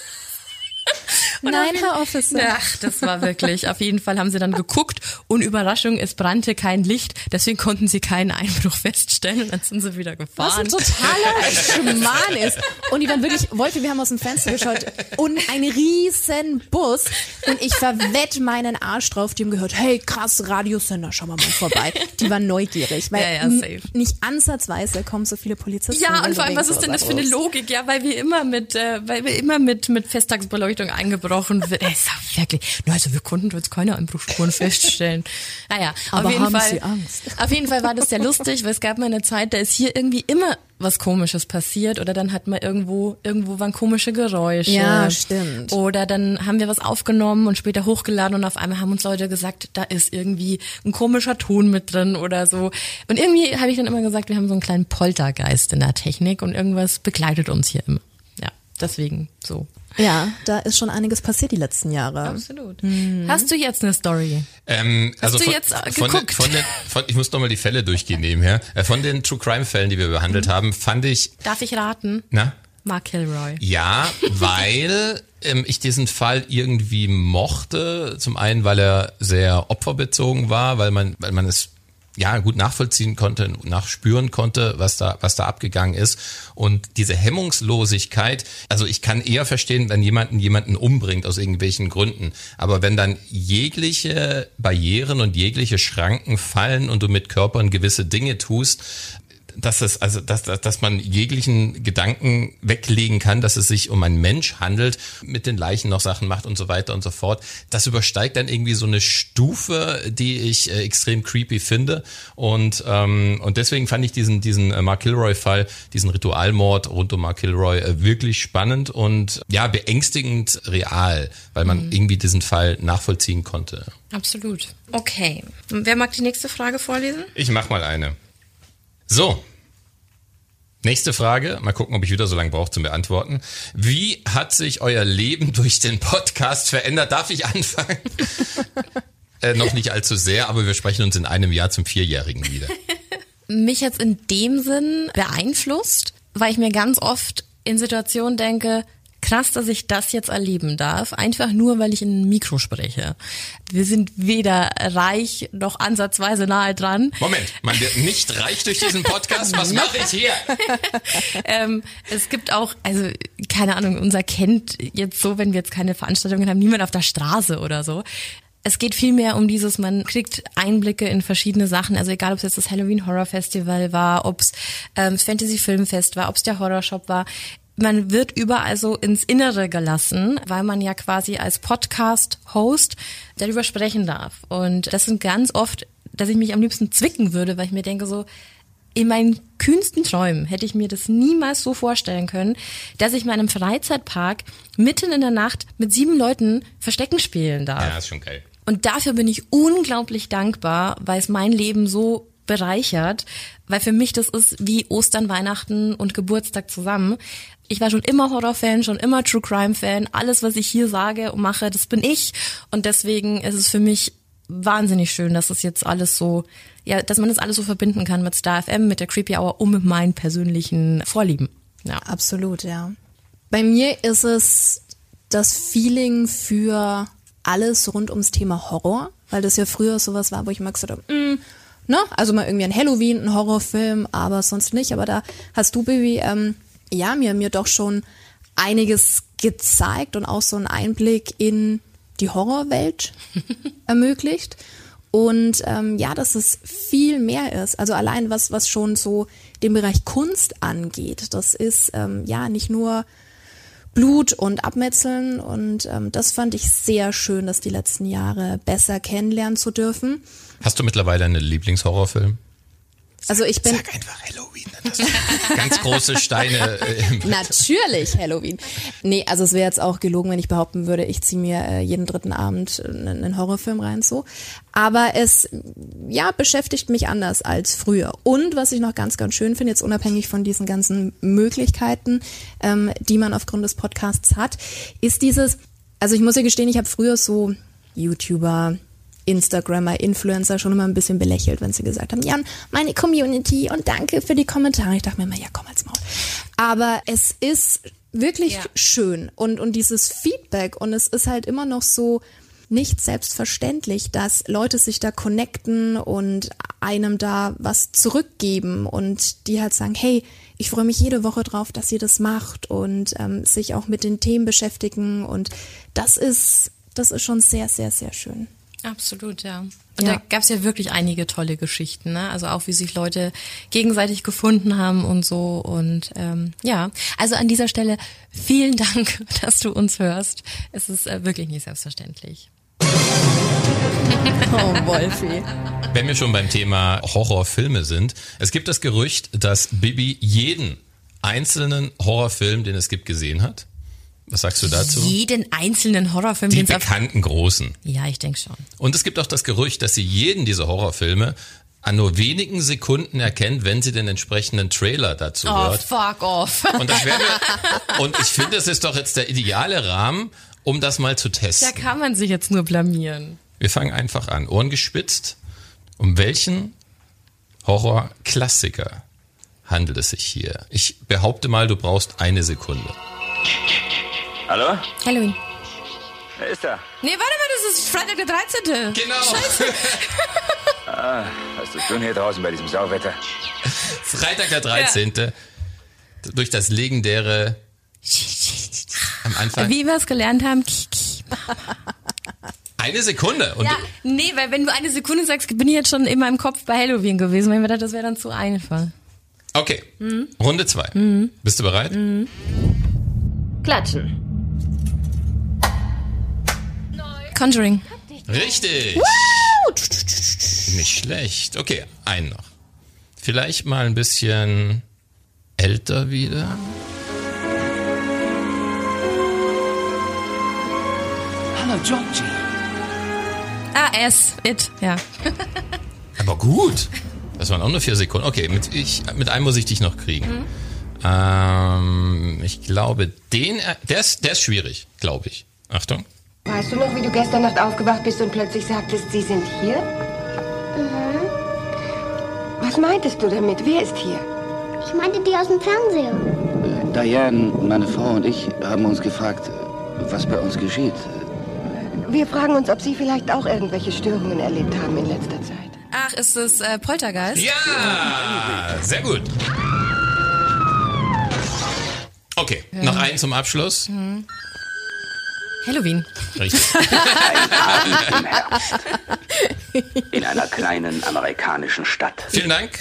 Und Nein, auf, Herr Officer. Ach, das war wirklich, auf jeden Fall haben sie dann geguckt und Überraschung, es brannte kein Licht, deswegen konnten sie keinen Einbruch feststellen und dann sind sie wieder gefahren. Was ein totaler Schmarrn ist. Und die waren wirklich, Wolfi, wir haben aus dem Fenster geschaut und ein riesen Bus und ich verwett meinen Arsch drauf, die haben gehört, hey, krass, Radiosender, schauen wir mal vorbei. Die waren neugierig, weil ja, ja, safe. n- nicht ansatzweise kommen so viele Polizisten. Ja, und vor allem, was ist denn das für eine Logik? Ja, weil wir immer mit, äh, weil wir immer mit, mit Festtagsbeleuchtung eingebrochen wird. Es ist auch wirklich, nur also wir konnten jetzt keine Einbruchsspuren feststellen. Naja, Aber auf jeden haben Fall. Sie Angst? Auf jeden Fall war das sehr lustig, weil es gab mal eine Zeit, da ist hier irgendwie immer was Komisches passiert oder dann hat man irgendwo, irgendwo waren komische Geräusche. Ja, stimmt. Oder dann haben wir was aufgenommen und später hochgeladen und auf einmal haben uns Leute gesagt, da ist irgendwie ein komischer Ton mit drin oder so. Und irgendwie habe ich dann immer gesagt, wir haben so einen kleinen Poltergeist in der Technik und irgendwas begleitet uns hier immer. Ja, deswegen so. Ja, da ist schon einiges passiert die letzten Jahre. Absolut. Mhm. Hast du jetzt eine Story? Ähm, Hast also du von, jetzt äh, von, geguckt? Von den, von, ich muss nochmal die Fälle durchgehen nebenher. Äh, von den True Crime Fällen, die wir behandelt mhm. haben, fand ich... Darf ich raten? Na? Mark Kilroy. Ja, weil ähm, ich diesen Fall irgendwie mochte. Zum einen, weil er sehr opferbezogen war, weil man, weil man es ja gut nachvollziehen konnte, nachspüren konnte, was da was da abgegangen ist. Und diese Hemmungslosigkeit, also ich kann eher verstehen, wenn jemanden jemanden umbringt aus irgendwelchen Gründen, aber wenn dann jegliche Barrieren und jegliche Schranken fallen und du mit Körpern gewisse Dinge tust, dass es also dass dass man jeglichen Gedanken weglegen kann, dass es sich um einen Mensch handelt, mit den Leichen noch Sachen macht und so weiter und so fort. Das übersteigt dann irgendwie so eine Stufe, die ich äh, extrem creepy finde und ähm, und deswegen fand ich diesen diesen äh, Mark Kilroy-Fall, diesen Ritualmord rund um Mark Kilroy äh, wirklich spannend und ja beängstigend real, weil man mhm. irgendwie diesen Fall nachvollziehen konnte. Absolut. Okay. Wer mag die nächste Frage vorlesen? Ich mach mal eine. So, nächste Frage. Mal gucken, ob ich wieder so lange brauche zum Beantworten. Wie hat sich euer Leben durch den Podcast verändert? Darf ich anfangen? äh, noch nicht allzu sehr, aber wir sprechen uns in einem Jahr zum Vierjährigen wieder. Mich jetzt in dem Sinn beeinflusst, weil ich mir ganz oft in Situationen denke, krass, dass ich das jetzt erleben darf, einfach nur, weil ich in ein Mikro spreche. Wir sind weder reich noch ansatzweise nahe dran. Moment, man wird nicht reich durch diesen Podcast? Was mache ich hier? ähm, es gibt auch, also keine Ahnung, unser kennt jetzt so, wenn wir jetzt keine Veranstaltungen haben, niemand auf der Straße oder so. Es geht vielmehr um dieses, man kriegt Einblicke in verschiedene Sachen, also egal, ob es jetzt das Halloween Horror Festival war, ob es ähm, das Fantasy Filmfest war, ob es der Horror Shop war. Man wird überall so ins Innere gelassen, weil man ja quasi als Podcast-Host darüber sprechen darf. Und das sind ganz oft, dass ich mich am liebsten zwicken würde, weil ich mir denke so, in meinen kühnsten Träumen hätte ich mir das niemals so vorstellen können, dass ich mal in einem Freizeitpark mitten in der Nacht mit sieben Leuten Verstecken spielen darf. Ja, ist schon geil. Und dafür bin ich unglaublich dankbar, weil es mein Leben so bereichert, weil für mich das ist wie Ostern, Weihnachten und Geburtstag zusammen. Ich war schon immer Horrorfan, schon immer True Crime Fan. Alles, was ich hier sage und mache, das bin ich. Und deswegen ist es für mich wahnsinnig schön, dass es jetzt alles so, ja, dass man das alles so verbinden kann mit Star F M, mit der Creepy Hour und mit meinen persönlichen Vorlieben. Ja, absolut, ja. Bei mir ist es das Feeling für alles rund ums Thema Horror, weil das ja früher sowas war, wo ich immer gesagt habe, mm, ne, also mal irgendwie ein Halloween, ein Horrorfilm, aber sonst nicht. Aber da hast du, Baby, ähm, ja, mir, mir doch schon einiges gezeigt und auch so einen Einblick in die Horrorwelt ermöglicht. Und ähm, ja, dass es viel mehr ist. Also allein was, was schon so den Bereich Kunst angeht. Das ist ähm, ja nicht nur Blut und Abmetzeln. Und ähm, das fand ich sehr schön, das die letzten Jahre besser kennenlernen zu dürfen. Hast du mittlerweile einen Lieblingshorrorfilm? Also ich bin Sag einfach Halloween. Das ganz große Steine. Äh, Natürlich Halloween. Nee, also es wäre jetzt auch gelogen, wenn ich behaupten würde, ich ziehe mir äh, jeden dritten Abend einen, einen Horrorfilm rein so. Aber es ja beschäftigt mich anders als früher. Und was ich noch ganz, ganz schön finde, jetzt unabhängig von diesen ganzen Möglichkeiten, ähm, die man aufgrund des Podcasts hat, ist dieses, also ich muss ja gestehen, ich habe früher so YouTuber, Instagrammer, Influencer schon immer ein bisschen belächelt, wenn sie gesagt haben, Jan, meine Community und danke für die Kommentare. Ich dachte mir immer, ja, komm als Maul. Aber es ist wirklich ja. schön und, und dieses Feedback und es ist halt immer noch so nicht selbstverständlich, dass Leute sich da connecten und einem da was zurückgeben und die halt sagen, hey, ich freue mich jede Woche drauf, dass ihr das macht und ähm, sich auch mit den Themen beschäftigen und das ist, das ist schon sehr, sehr, sehr schön. Absolut, ja. Und ja. da gab es ja wirklich einige tolle Geschichten, ne? Also auch wie sich Leute gegenseitig gefunden haben und so. Und ähm, ja, also an dieser Stelle vielen Dank, dass du uns hörst. Es ist äh, wirklich nicht selbstverständlich. Oh, Wolfi. Wenn wir schon beim Thema Horrorfilme sind, es gibt das Gerücht, dass Bibi jeden einzelnen Horrorfilm, den es gibt, gesehen hat. Was sagst du dazu? Jeden einzelnen Horrorfilm. Die bekannten großen. Ja, ich denke schon. Und es gibt auch das Gerücht, dass sie jeden dieser Horrorfilme an nur wenigen Sekunden erkennt, wenn sie den entsprechenden Trailer dazu oh, hört. Oh, fuck off. Und, das wäre, und ich finde, das ist doch jetzt der ideale Rahmen, um das mal zu testen. Da kann man sich jetzt nur blamieren. Wir fangen einfach an. Ohren gespitzt. Um welchen Horrorklassiker handelt es sich hier? Ich behaupte mal, du brauchst eine Sekunde. Hallo? Halloween. Wer ist da? Nee, warte mal, das ist Freitag der dreizehnte Genau. Scheiße. Ah, was zu tun hier draußen bei diesem Sauwetter? Freitag der dreizehnte Ja. Durch das legendäre am Anfang. Wie wir es gelernt haben. Eine Sekunde. Und Ja, nee, weil wenn du eine Sekunde sagst, bin ich jetzt schon in meinem Kopf bei Halloween gewesen. Weil ich mir dachte, das wäre dann zu einfach. okay, Mhm. Runde zwei. Mhm. Bist du bereit? Mhm. Klatschen. Conjuring. Richtig. Woo! Nicht schlecht. Okay, einen noch. Vielleicht mal ein bisschen älter wieder. Hallo, Georgie. Ah, S, It, ja. Aber gut. Das waren auch nur vier Sekunden. Okay, mit, ich, mit einem muss ich dich noch kriegen. Mhm. Ähm, ich glaube, den, der ist, der ist schwierig, glaube ich. Achtung. Weißt du noch, wie du gestern Nacht aufgewacht bist und plötzlich sagtest, sie sind hier? Mhm. Was meintest du damit? Wer ist hier? Ich meinte die aus dem Fernseher. Diane, meine Frau und ich haben uns gefragt, was bei uns geschieht. Wir fragen uns, ob Sie vielleicht auch irgendwelche Störungen erlebt haben in letzter Zeit. Ach, ist es äh, Poltergeist? Ja, sehr gut. Okay, ja. Noch einen zum Abschluss. Mhm. Halloween. Richtig. Ein Abend im Herbst. In einer kleinen amerikanischen Stadt. Vielen Dank.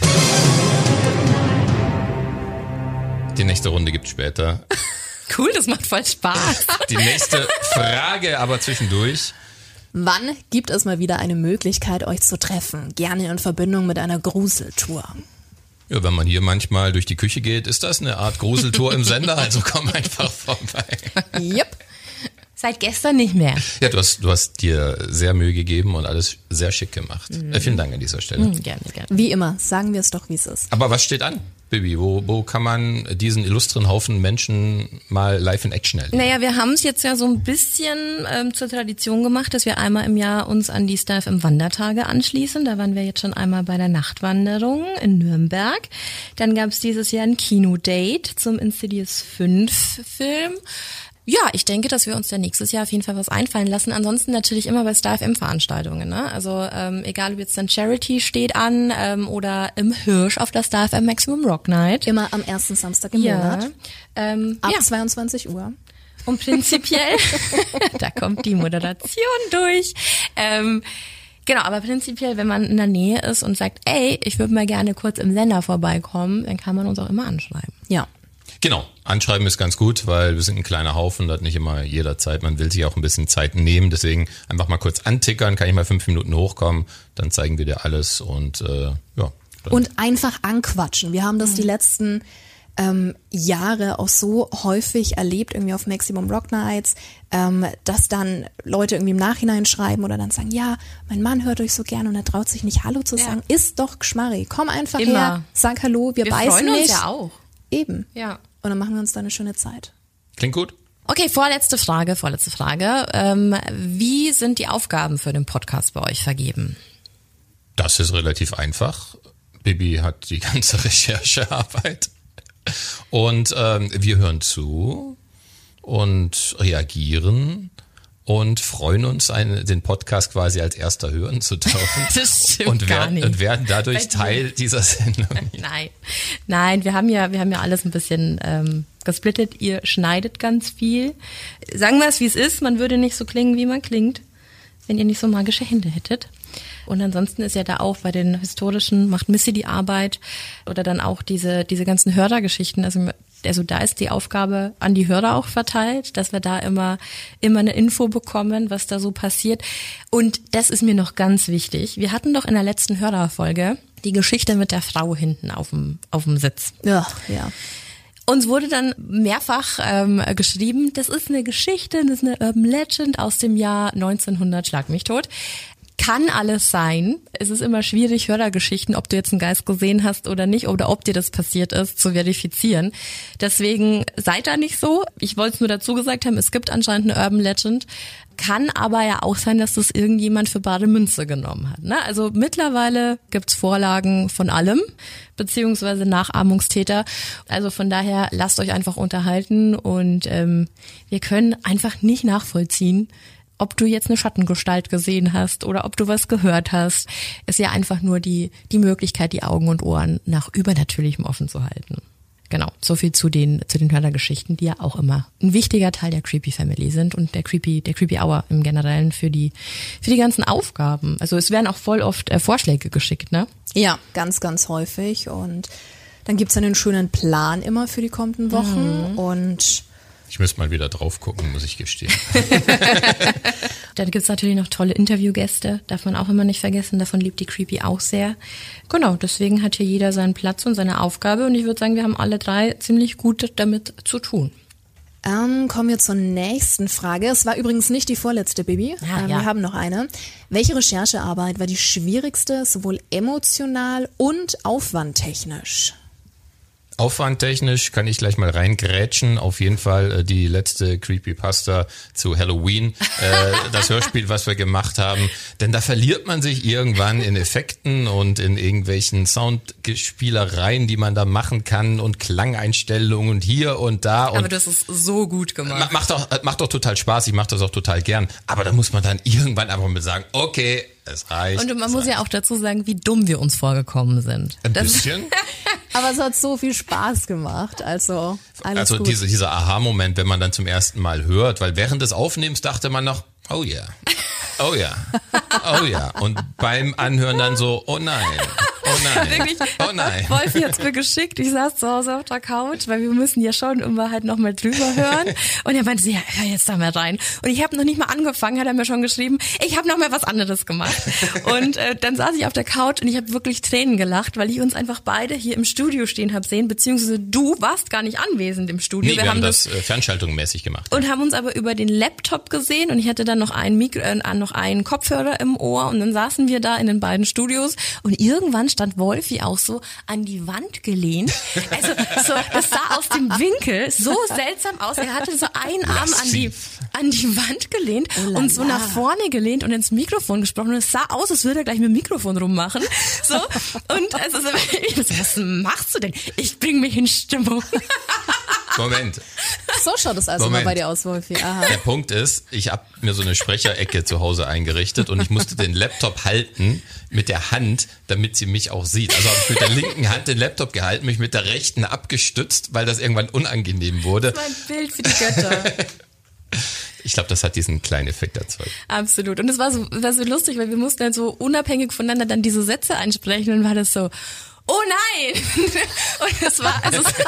Die nächste Runde gibt's später. Cool, das macht voll Spaß. Die nächste Frage aber zwischendurch. Wann gibt es mal wieder eine Möglichkeit, euch zu treffen? Gerne in Verbindung mit einer Gruseltour. Ja, wenn man hier manchmal durch die Küche geht, ist das eine Art Gruseltour im Sender, also komm einfach vorbei. Yep. Seit gestern nicht mehr. Ja, du hast, du hast dir sehr Mühe gegeben und alles sehr schick gemacht. Mhm. Äh, vielen Dank an dieser Stelle. Mhm, gerne, gerne. Wie immer, sagen wir es doch, wie es ist. Aber was steht an, Bibi? Wo, wo kann man diesen illustren Haufen Menschen mal live in Action erleben? Naja, wir haben es jetzt ja so ein bisschen ähm, zur Tradition gemacht, dass wir einmal im Jahr uns an die Star F M Wandertage anschließen. Da waren wir jetzt schon einmal bei der Nachtwanderung in Nürnberg. Dann gab es dieses Jahr ein Kinodate zum Insidious fünf Film. Ja, ich denke, dass wir uns da nächstes Jahr auf jeden Fall was einfallen lassen. Ansonsten natürlich immer bei Star F M Veranstaltungen. Ne? Also ähm, egal, ob jetzt dann Charity steht an ähm, oder im Hirsch auf der Star F M Maximum Rock Night. Immer am ersten Samstag im ja. Monat. Ähm, ab ja. zweiundzwanzig Uhr. Und prinzipiell, da kommt die Moderation durch. Ähm, Genau, aber prinzipiell, wenn man in der Nähe ist und sagt, ey, ich würde mal gerne kurz im Sender vorbeikommen, dann kann man uns auch immer anschreiben. Ja. Genau, anschreiben ist ganz gut, weil wir sind ein kleiner Haufen, das nicht immer jederzeit. Man will sich auch ein bisschen Zeit nehmen, deswegen einfach mal kurz antickern, kann ich mal fünf Minuten hochkommen, dann zeigen wir dir alles und äh, ja. Und einfach anquatschen. Wir haben das mhm. die letzten ähm, Jahre auch so häufig erlebt, irgendwie auf Maximum Rock Nights, ähm, dass dann Leute irgendwie im Nachhinein schreiben oder dann sagen, ja, mein Mann hört euch so gern und er traut sich nicht Hallo zu sagen. Ja. Ist doch Gschmarri. Komm einfach immer her, sag Hallo, wir, wir beißen freuen nicht. uns ja auch. Eben. Ja. Und dann machen wir uns da eine schöne Zeit. Klingt gut. Okay, vorletzte Frage, vorletzte Frage. Ähm, wie sind die Aufgaben für den Podcast bei euch vergeben? Das ist relativ einfach. Bibi hat die ganze Recherchearbeit. Und ähm, wir hören zu und reagieren und freuen uns, einen, den Podcast quasi als erster hören zu dürfen. Das stimmt und gar werden, nicht. Und werden dadurch Teil dieser Sendung. Nein, nein, wir haben ja, wir haben ja alles ein bisschen ähm, gesplittet. Ihr schneidet ganz viel. Sagen wir es, wie es ist. Man würde nicht so klingen, wie man klingt, wenn ihr nicht so magische Hände hättet. Und ansonsten ist ja da auch bei den historischen, macht Missy die Arbeit oder dann auch diese diese ganzen Hörergeschichten. Also, also da ist die Aufgabe an die Hörer auch verteilt, dass wir da immer immer eine Info bekommen, was da so passiert. Und das ist mir noch ganz wichtig. Wir hatten doch in der letzten Hörerfolge die Geschichte mit der Frau hinten auf dem auf dem Sitz. Ja, ja. Uns wurde dann mehrfach ähm, geschrieben, das ist eine Geschichte, das ist eine Urban Legend aus dem Jahr neunzehnhundert, schlag mich tot. Kann alles sein. Es ist immer schwierig, Hörergeschichten, ob du jetzt einen Geist gesehen hast oder nicht, oder ob dir das passiert ist, zu verifizieren. Deswegen seid da nicht so. Ich wollte es nur dazu gesagt haben, es gibt anscheinend eine Urban Legend. Kann aber ja auch sein, dass das irgendjemand für bare Münze genommen hat. Ne? Also mittlerweile gibt's Vorlagen von allem, beziehungsweise Nachahmungstäter. Also von daher lasst euch einfach unterhalten und ähm, wir können einfach nicht nachvollziehen, ob du jetzt eine Schattengestalt gesehen hast oder ob du was gehört hast, ist ja einfach nur die, die Möglichkeit, die Augen und Ohren nach Übernatürlichem offen zu halten. Genau, so viel zu den, zu den Hörergeschichten, die ja auch immer ein wichtiger Teil der Creepy Family sind und der Creepy, der Creepy Hour im Generellen für die, für die ganzen Aufgaben. Also es werden auch voll oft äh, Vorschläge geschickt, ne? Ja, ganz, ganz häufig und dann gibt's einen schönen Plan immer für die kommenden Wochen mhm. und ich müsste mal wieder drauf gucken, muss ich gestehen. Dann gibt's natürlich noch tolle Interviewgäste, darf man auch immer nicht vergessen, davon liebt die Creepy auch sehr. Genau, deswegen hat hier jeder seinen Platz und seine Aufgabe und ich würde sagen, wir haben alle drei ziemlich gut damit zu tun. Ähm, kommen wir zur nächsten Frage. Es war übrigens nicht die vorletzte, Bibi. Ja, ähm, ja. Wir haben noch eine. Welche Recherchearbeit war die schwierigste, sowohl emotional und aufwandtechnisch? Aufwandtechnisch kann ich gleich mal reingrätschen. Auf jeden Fall äh, die letzte Creepypasta zu Halloween, äh, das Hörspiel, was wir gemacht haben. Denn da verliert man sich irgendwann in Effekten und in irgendwelchen Soundspielereien, die man da machen kann und Klangeinstellungen und hier und da. Und aber das ist so gut gemacht. Macht doch, macht doch total Spaß, ich mache das auch total gern. Aber da muss man dann irgendwann einfach mal sagen, okay, es reicht. Und man es muss reicht. ja auch dazu sagen, wie dumm wir uns vorgekommen sind. Ein Das bisschen. Aber es hat so viel Spaß gemacht, also alles Also gut. diese, dieser Aha-Moment, wenn man dann zum ersten Mal hört, weil während des Aufnehmens dachte man noch, oh ja, yeah. oh ja, yeah. oh ja. Yeah. Und beim Anhören dann so, oh nein, oh nein, Wirklich, oh nein. Wolfi hat's mir geschickt, ich saß zu Hause auf der Couch, weil wir müssen ja schon immer halt noch mal drüber hören. Und er meinte, ja, hör jetzt da mal rein. Und ich habe noch nicht mal angefangen, hat er mir schon geschrieben, ich habe noch mal was anderes gemacht. Und äh, dann saß ich auf der Couch und ich habe wirklich Tränen gelacht, weil ich uns einfach beide hier im Studio stehen hab sehen, beziehungsweise du warst gar nicht anwesend im Studio. Nee, wir, wir haben das äh, fernschaltungsmäßig gemacht. Und haben uns aber über den Laptop gesehen und ich hatte dann noch einen Mikro, äh, noch einen Kopfhörer im Ohr und dann saßen wir da in den beiden Studios und irgendwann stand Wolfi auch so an die Wand gelehnt. Also so, das sah aus dem Winkel so seltsam aus. Er hatte so einen Arm an die, an die Wand gelehnt oh und so nach vorne gelehnt und ins Mikrofon gesprochen und es sah aus, als würde er gleich mit dem Mikrofon rummachen. So, und also so, was machst du denn? Ich bring mich in Stimmung. Moment. So schaut es also Moment. mal bei dir aus, Wolfi. Aha. Der Punkt ist, ich habe mir so eine Sprecherecke zu Hause eingerichtet und ich musste den Laptop halten mit der Hand, damit sie mich auch sieht. Also habe ich mit der linken Hand den Laptop gehalten, mich mit der rechten abgestützt, weil das irgendwann unangenehm wurde. Das war ein Bild für die Götter. Ich glaube, das hat diesen kleinen Effekt erzeugt. Absolut. Und es war so, war so lustig, weil wir mussten dann so unabhängig voneinander dann diese Sätze einsprechen und war das so, oh nein! Und es war, also es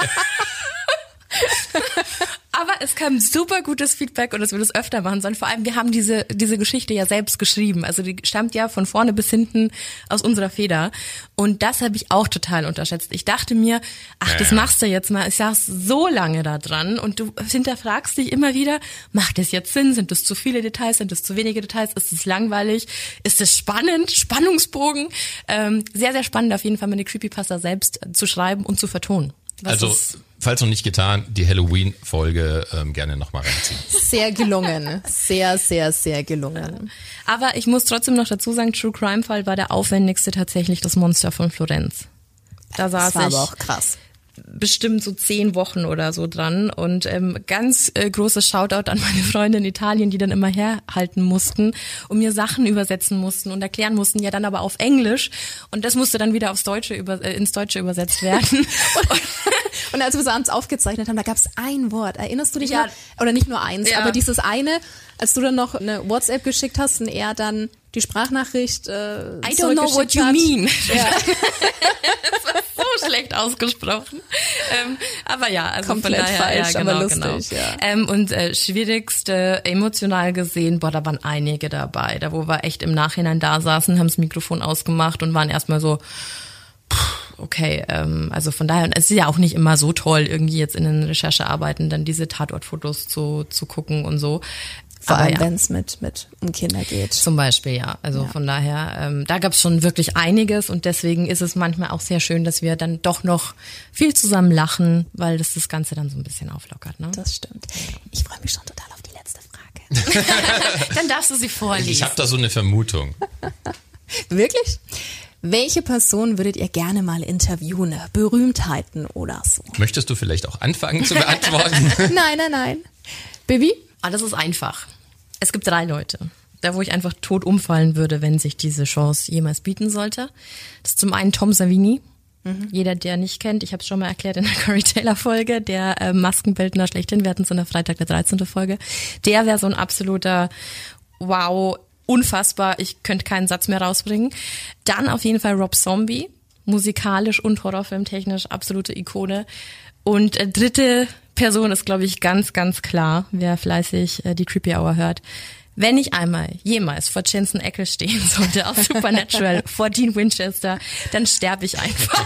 aber es kam super gutes Feedback und dass wir das öfter machen sollen. Vor allem, wir haben diese diese Geschichte ja selbst geschrieben. Also die stammt ja von vorne bis hinten aus unserer Feder. Und das habe ich auch total unterschätzt. Ich dachte mir, ach, das machst du jetzt mal. Ich saß so lange da dran und du hinterfragst dich immer wieder, macht das jetzt Sinn? Sind das zu viele Details? Sind das zu wenige Details? Ist es langweilig? Ist es spannend? Spannungsbogen? Ähm, sehr, sehr spannend auf jeden Fall, meine Creepypasta selbst zu schreiben und zu vertonen. Was Also, falls noch nicht getan, die Halloween-Folge ähm, gerne nochmal reinziehen. Sehr gelungen. Sehr, sehr, sehr gelungen. Aber ich muss trotzdem noch dazu sagen, True Crime Fall war der aufwendigste tatsächlich das Monster von Florenz. Da saß Das war ich aber auch krass. bestimmt so zehn Wochen oder so dran und ähm, ganz äh, großes Shoutout an meine Freunde in Italien, die dann immer herhalten mussten und mir Sachen übersetzen mussten und erklären mussten, ja dann aber auf Englisch und das musste dann wieder aufs Deutsche über, äh, ins Deutsche übersetzt werden. und, Und als wir so abends aufgezeichnet haben, da gab es ein Wort. Erinnerst du dich Ja. noch? Oder nicht nur eins, Ja. aber dieses eine, als du dann noch eine WhatsApp geschickt hast und er dann die Sprachnachricht äh, I don't know what you hat. mean. Ja. Das war so schlecht ausgesprochen. Ähm, aber ja, also Komplett von daher, falsch, ja, genau, aber lustig, genau. ja. Ähm, und äh, schwierigste, emotional gesehen, boah, da waren einige dabei, da wo wir echt im Nachhinein da saßen, haben das Mikrofon ausgemacht und waren erstmal so, pff, okay, ähm, also von daher, und es ist ja auch nicht immer so toll, irgendwie jetzt in den Recherchearbeiten dann diese Tatortfotos zu, zu gucken und so. Vor Aber allem, ja. wenn es mit, mit um Kinder geht. Zum Beispiel, ja. Also Ja. von daher, ähm, da gab es schon wirklich einiges und deswegen ist es manchmal auch sehr schön, dass wir dann doch noch viel zusammen lachen, weil das das Ganze dann so ein bisschen auflockert. Ne? Das stimmt. Ich freue mich schon total auf die letzte Frage. Dann darfst du sie vorlesen. Ich habe da so eine Vermutung. Wirklich? Welche Person würdet ihr gerne mal interviewen? Berühmtheiten oder so? Möchtest du vielleicht auch anfangen zu beantworten? Nein, nein, nein. Bibi? Ah, das ist einfach. Es gibt drei Leute, da wo ich einfach tot umfallen würde, wenn sich diese Chance jemals bieten sollte. Das ist zum einen Tom Savini. Mhm. Jeder, der nicht kennt, ich habe es schon mal erklärt in der Corey Taylor Folge, der äh, Maskenbildner schlechthin, wir hatten es in der Freitag der dreizehnte Folge. Der wäre so ein absoluter Wow, unfassbar, ich könnte keinen Satz mehr rausbringen. Dann auf jeden Fall Rob Zombie, musikalisch und horrorfilmtechnisch absolute Ikone. Und äh, dritte Person ist, glaube ich, ganz, ganz klar, wer fleißig äh, die Creepy Hour hört. Wenn ich einmal jemals vor Jensen Ackles stehen sollte aus Supernatural, vor Dean Winchester, dann sterbe ich einfach.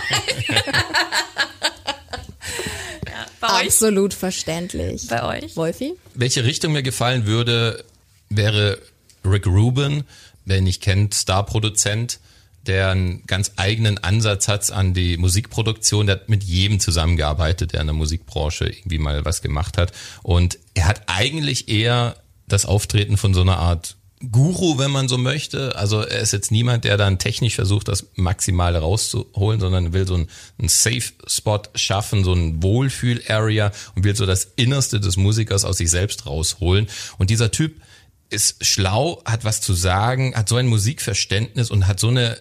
Ja, bei Absolut euch? verständlich. Bei euch? Wolfi? Welche Richtung mir gefallen würde, wäre Rick Rubin, wer ihn nicht kennt, Starproduzent, der einen ganz eigenen Ansatz hat an die Musikproduktion. Der hat mit jedem zusammengearbeitet, der in der Musikbranche irgendwie mal was gemacht hat. Und er hat eigentlich eher das Auftreten von so einer Art Guru, wenn man so möchte. Also er ist jetzt niemand, der dann technisch versucht, das Maximale rauszuholen, sondern will so einen, einen Safe-Spot schaffen, so ein Wohlfühl-Area und will so das Innerste des Musikers aus sich selbst rausholen. Und dieser Typ ist schlau, hat was zu sagen, hat so ein Musikverständnis und hat so eine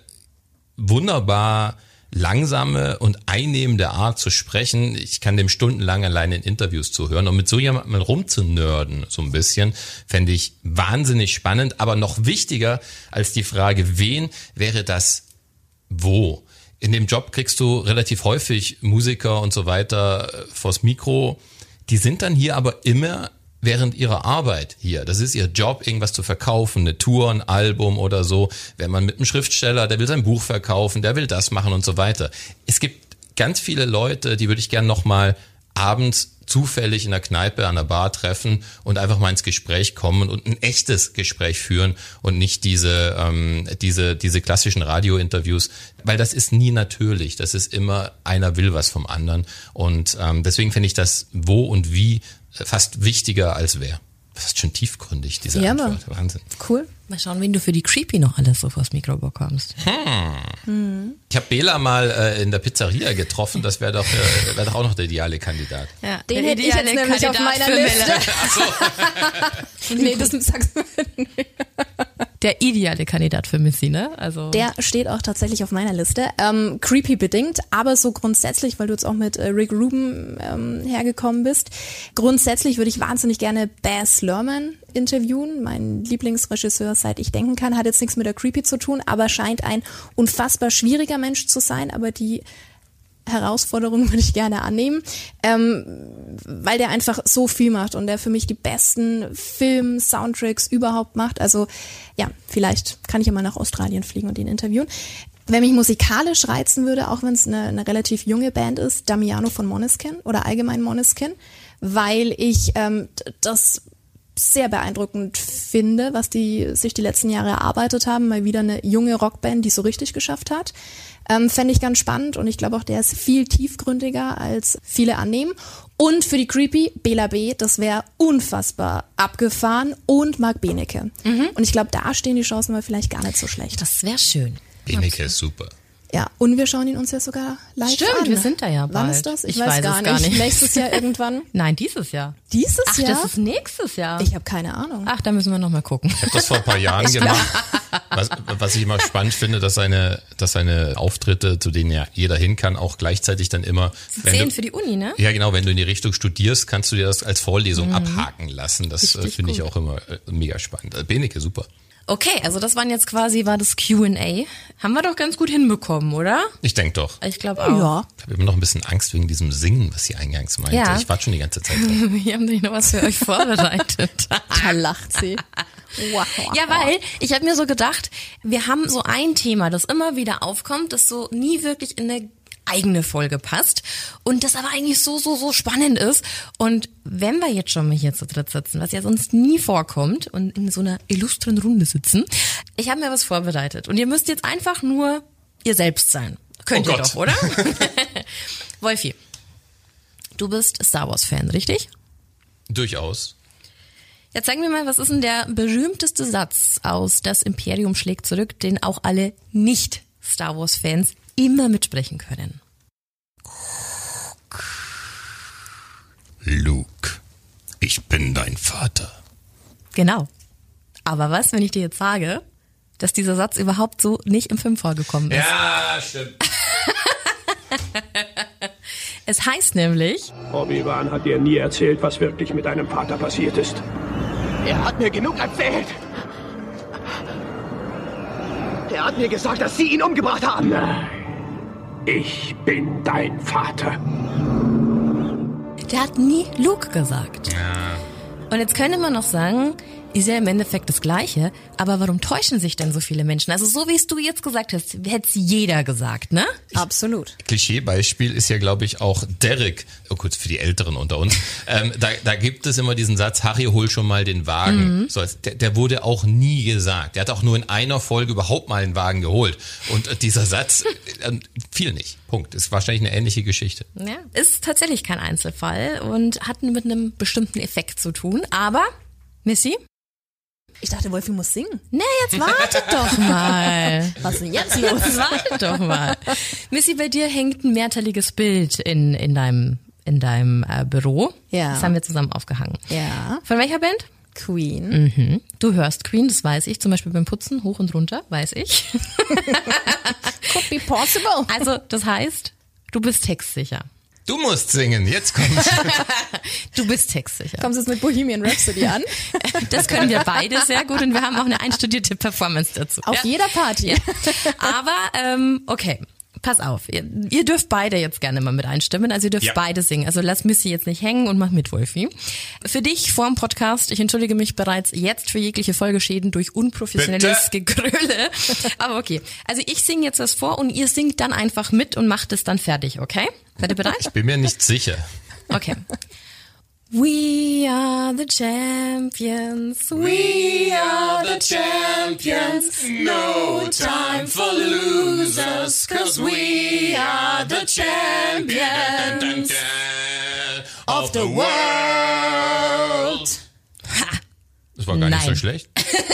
wunderbar langsame und einnehmende Art zu sprechen. Ich kann dem stundenlang alleine in Interviews zuhören und mit so jemandem rumzunörden so ein bisschen, fände ich wahnsinnig spannend. Aber noch wichtiger als die Frage, wen, wäre das wo? In dem Job kriegst du relativ häufig Musiker und so weiter vors Mikro. Die sind dann hier aber immer während ihrer Arbeit hier. Das ist ihr Job, irgendwas zu verkaufen, eine Tour, ein Album oder so. Wenn man mit einem Schriftsteller, der will sein Buch verkaufen, der will das machen und so weiter. Es gibt ganz viele Leute, die würde ich gerne nochmal abends zufällig in der Kneipe, an der Bar treffen und einfach mal ins Gespräch kommen und ein echtes Gespräch führen und nicht diese ähm, diese diese klassischen Radiointerviews, weil das ist nie natürlich. Das ist immer, einer will was vom anderen und ähm, deswegen finde ich das wo und wie fast wichtiger als wer. Fast schon tiefgründig, diese ja, Antwort. Wahnsinn. Cool. Mal schauen, wen du für die Creepy noch alles so vors Mikro bekommst. Hm. Hm. Ich habe Bela mal äh, in der Pizzeria getroffen, das wäre doch, äh, wär doch auch noch der ideale Kandidat. Ja, den hätte ich jetzt nämlich auf meiner Liste. Ach so. Nee, das sagst du nicht. Der ideale Kandidat für Missy, ne? Also der steht auch tatsächlich auf meiner Liste. Ähm, creepy bedingt, aber so grundsätzlich, weil du jetzt auch mit äh, Rick Rubin ähm, hergekommen bist. Grundsätzlich würde ich wahnsinnig gerne Baz Luhrmann interviewen, mein Lieblingsregisseur, seit ich denken kann. Hat jetzt nichts mit der Creepy zu tun, aber scheint ein unfassbar schwieriger Mensch zu sein, aber die Herausforderung würde ich gerne annehmen, ähm, weil der einfach so viel macht und der für mich die besten Film-Soundtracks überhaupt macht. Also ja, vielleicht kann ich ja mal nach Australien fliegen und ihn interviewen. Wer mich musikalisch reizen würde, auch wenn es eine, eine relativ junge Band ist, Damiano von Måneskin oder allgemein Måneskin, weil ich ähm, das sehr beeindruckend finde, was die sich die letzten Jahre erarbeitet haben. Mal wieder eine junge Rockband, die es so richtig geschafft hat. Ähm, fände ich ganz spannend und ich glaube auch, der ist viel tiefgründiger, als viele annehmen. Und für die Creepy, Bela B., das wäre unfassbar abgefahren und Marc Benecke. Mhm. Und ich glaube, da stehen die Chancen mal vielleicht gar nicht so schlecht. Das wäre schön. Benecke ist super. Ja, und wir schauen ihn uns ja sogar live Stimmt, an. Stimmt, wir sind da ja bald. Wann ist das? Ich, ich weiß, weiß gar, es gar nicht. nicht. Nächstes Jahr irgendwann? Nein, dieses Jahr. Dieses Ach, Jahr? das ist nächstes Jahr. Ich habe keine Ahnung. Ach, da müssen wir noch mal gucken. Ich habe das vor ein paar Jahren gemacht. Was, was ich immer spannend finde, dass seine, dass seine Auftritte, zu denen ja jeder hin kann, auch gleichzeitig dann immer... Zehn für die Uni, ne? Ja, genau. Wenn du in die Richtung studierst, kannst du dir das als Vorlesung mhm. abhaken lassen. Das äh, finde ich auch immer äh, mega spannend. Benecke, super. Okay, also das waren jetzt quasi, war das Q and A. Haben wir doch ganz gut hinbekommen, oder? Ich denke doch. Ich glaube auch. Ja. Ich habe immer noch ein bisschen Angst wegen diesem Singen, was sie eingangs meinte. Ja. Ich warte schon die ganze Zeit drauf. Wir haben nämlich noch was für euch vorbereitet. Da lacht sie. Wow. Ja, weil ich habe mir so gedacht, wir haben so ein Thema, das immer wieder aufkommt, das so nie wirklich in eine eigene Folge passt und das aber eigentlich so, so, so spannend ist. Und wenn wir jetzt schon mal hier zu dritt sitzen, was ja sonst nie vorkommt und in so einer illustren Runde sitzen, ich habe mir was vorbereitet und ihr müsst jetzt einfach nur ihr selbst sein. Könnt oh ihr Gott. doch, oder? Wolfi, du bist Star Wars Fan, richtig? Durchaus. Jetzt sag mir mal, was ist denn der berühmteste Satz aus Das Imperium schlägt zurück, den auch alle Nicht-Star Wars Fans immer mitsprechen können? Luke, ich bin dein Vater. Genau. Aber was, wenn ich dir jetzt sage, dass dieser Satz überhaupt so nicht im Film vorgekommen ist? Ja, stimmt. Es heißt nämlich... Obi-Wan hat dir nie erzählt, was wirklich mit deinem Vater passiert ist. Er hat mir genug erzählt. Er hat mir gesagt, dass Sie ihn umgebracht haben. Nein, ich bin dein Vater. Der hat nie Luke gesagt. Ja. Und jetzt könnte man noch sagen, ist ja im Endeffekt das Gleiche, aber warum täuschen sich denn so viele Menschen? Also so wie es du jetzt gesagt hast, hätte es jeder gesagt, ne? Absolut. Klischeebeispiel ist ja, glaube ich, auch Derek, oh kurz für die Älteren unter uns, ähm, da, da gibt es immer diesen Satz, Harry, hol schon mal den Wagen. Mhm. So, als, der, der wurde auch nie gesagt. Der hat auch nur in einer Folge überhaupt mal einen Wagen geholt. Und äh, dieser Satz äh, fiel nicht. Punkt. Ist wahrscheinlich eine ähnliche Geschichte. Ja, ist tatsächlich kein Einzelfall und hat mit einem bestimmten Effekt zu tun. Aber, Missy? Ich dachte, Wolfi muss singen. Nee, jetzt wartet doch mal. Was ist denn jetzt los? Jetzt wartet doch mal. Missy, bei dir hängt ein mehrteiliges Bild in, in deinem, in deinem äh, Büro. Ja. Das haben wir zusammen aufgehangen. Ja. Von welcher Band? Queen. Mhm. Du hörst Queen, das weiß ich. Zum Beispiel beim Putzen, hoch und runter, weiß ich. Could be possible. Also, das heißt, du bist textsicher. Du musst singen, jetzt kommt's. Du bist textsicher. Kommst du jetzt mit Bohemian Rhapsody an? Das können wir beide sehr gut und wir haben auch eine einstudierte Performance dazu. Auf ja? jeder Party. Ja. Aber, ähm, okay. Pass auf, ihr, ihr dürft beide jetzt gerne mal mit einstimmen, also ihr dürft ja. beide singen. Also lass Missy jetzt nicht hängen und mach mit, Wolfi. Für dich vorm Podcast, ich entschuldige mich bereits jetzt für jegliche Folgeschäden durch unprofessionelles Bitte? Gegröle. Aber okay, also ich singe jetzt was vor und ihr singt dann einfach mit und macht es dann fertig, okay? Seid ihr bereit? Ich bin mir nicht sicher. Okay. We are the champions, we are the champions, no time for losers, cause we are the champions of the world. Ha. Das war gar nicht Nein. so schlecht.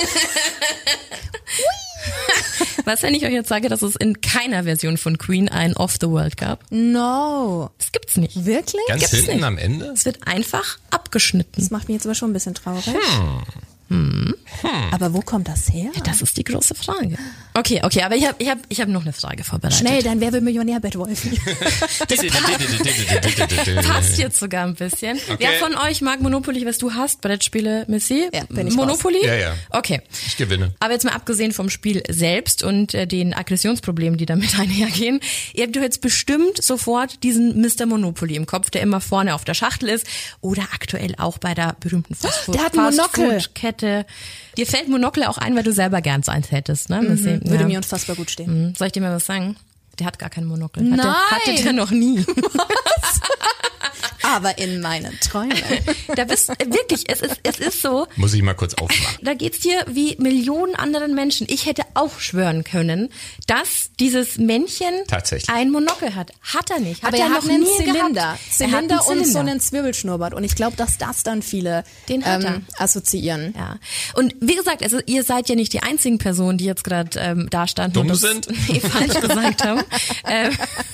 Was, wenn ich euch jetzt sage, dass es in keiner Version von Queen ein Off the World gab? No. Das gibt's nicht. Wirklich? Ganz Gibt's hinten nicht. am Ende? Es wird einfach abgeschnitten. Das macht mich jetzt aber schon ein bisschen traurig. Hm. Hm. Aber wo kommt das her? Ja, das ist die große Frage. Okay, okay, aber ich habe ich hab, ich hab noch eine Frage vorbereitet. Schnell, dein Wer wird Millionär-Bett, Wolfi. Das passt jetzt sogar ein bisschen. Okay. Wer von euch mag Monopoly, was du hast? Brettspiele, Missy? Ja, bin ich Monopoly? raus. Ja, ja. Okay. Ich gewinne. Aber jetzt mal abgesehen vom Spiel selbst und äh, den Aggressionsproblemen, die damit einhergehen. Ihr habt doch jetzt bestimmt sofort diesen Mister Monopoly im Kopf, der immer vorne auf der Schachtel ist oder aktuell auch bei der berühmten Fastfood- Der hat ein Monokel. Fastfood-Kette. Dir fällt Monokel auch ein, weil du selber gern so eins hättest, ne? Mhm, ja. würde mir unfassbar gut stehen. Mhm. Soll ich dir mal was sagen? Der hat gar kein Monokel. Nein. Hatte, hatte der noch nie. Aber in meinen Träumen. Da bist wirklich, es ist, es ist so. Muss ich mal kurz aufmachen. Da geht's dir wie Millionen anderen Menschen. Ich hätte auch schwören können, dass dieses Männchen Tatsächlich. ein Monokel hat. Hat er nicht. Hat Aber er hat noch einen nie Zylinder. gehabt. Zylinder Er hat einen und so Zylinder. einen Zwirbelschnurrbart. Und ich glaube, dass das dann viele Den hat ähm, assoziieren. Ja. Und wie gesagt, also ihr seid ja nicht die einzigen Personen, die jetzt gerade ähm, da standen Dumm und das sind? Nee, falsch gesagt haben. ähm,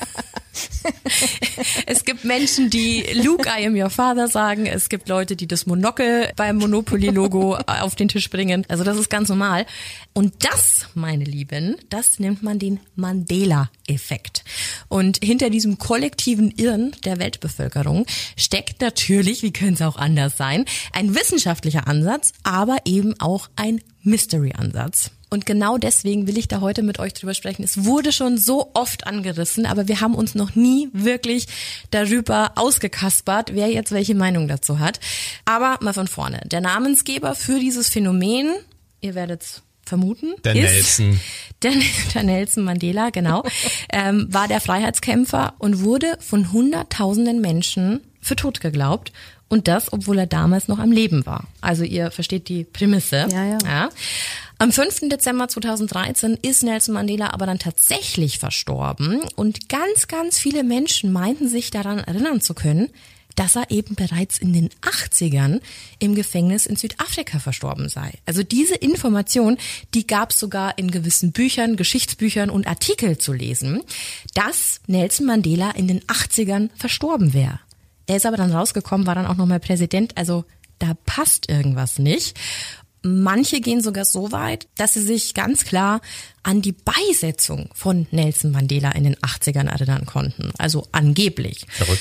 es gibt Menschen, die Luke, I am your father sagen. Es gibt Leute, die das Monokel beim Monopoly-Logo auf den Tisch bringen. Also das ist ganz normal. Und das, meine Lieben, das nennt man den Mandela-Effekt. Und hinter diesem kollektiven Irren der Weltbevölkerung steckt natürlich, wie könnte es auch anders sein, ein wissenschaftlicher Ansatz, aber eben auch ein Mystery-Ansatz. Und genau deswegen will ich da heute mit euch drüber sprechen. Es wurde schon so oft angerissen, aber wir haben uns noch nie wirklich darüber ausgekaspert, wer jetzt welche Meinung dazu hat. Aber mal von vorne. Der Namensgeber für dieses Phänomen, ihr werdet's vermuten, Der ist Nelson. Der, der Nelson Mandela, genau, ähm, war der Freiheitskämpfer und wurde von hunderttausenden Menschen für tot geglaubt. Und das, obwohl er damals noch am Leben war. Also ihr versteht die Prämisse. Ja, ja. Ja. Am fünften Dezember zweitausenddreizehn ist Nelson Mandela aber dann tatsächlich verstorben. Und ganz, ganz viele Menschen meinten sich daran erinnern zu können, dass er eben bereits in den achtzigern im Gefängnis in Südafrika verstorben sei. Also diese Information, die gab es sogar in gewissen Büchern, Geschichtsbüchern und Artikel zu lesen, dass Nelson Mandela in den achtzigern verstorben wäre. Er ist aber dann rausgekommen, war dann auch nochmal Präsident, also da passt irgendwas nicht. manche gehen sogar so weit, dass sie sich ganz klar an die Beisetzung von Nelson Mandela in den achtzigern erinnern konnten. Also angeblich. Verrückt.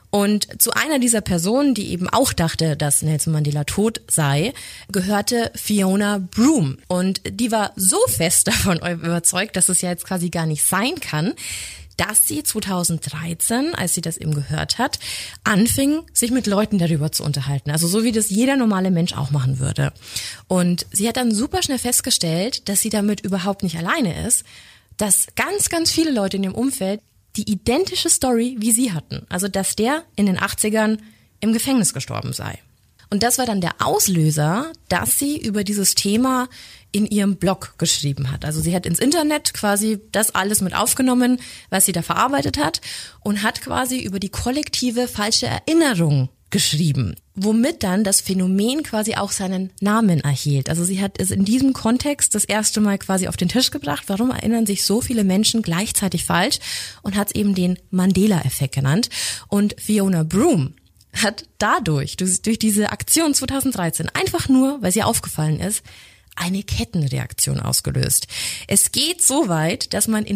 Und zu einer dieser Personen, die eben auch dachte, dass Nelson Mandela tot sei, gehörte Fiona Broome. Und die war so fest davon überzeugt, dass es ja jetzt quasi gar nicht sein kann, dass sie zweitausenddreizehn, als sie das eben gehört hat, anfing, sich mit Leuten darüber zu unterhalten. Also so wie das jeder normale Mensch auch machen würde. Und sie hat dann super schnell festgestellt, dass sie damit überhaupt nicht alleine ist, dass ganz, ganz viele Leute in ihrem Umfeld die identische Story wie sie hatten. Also dass der in den achtzigern im Gefängnis gestorben sei. Und das war dann der Auslöser, dass sie über dieses Thema in ihrem Blog geschrieben hat. Also sie hat ins Internet quasi das alles mit aufgenommen, was sie da verarbeitet hat und hat quasi über die kollektive falsche Erinnerung geschrieben, womit dann das Phänomen quasi auch seinen Namen erhielt. Also sie hat es in diesem Kontext das erste Mal quasi auf den Tisch gebracht, warum erinnern sich so viele Menschen gleichzeitig falsch, und hat es eben den Mandela-Effekt genannt. Und Fiona Broome hat dadurch, durch, durch diese Aktion zweitausenddreizehn, einfach nur, weil sie aufgefallen ist, eine Kettenreaktion ausgelöst. Es geht so weit, dass man in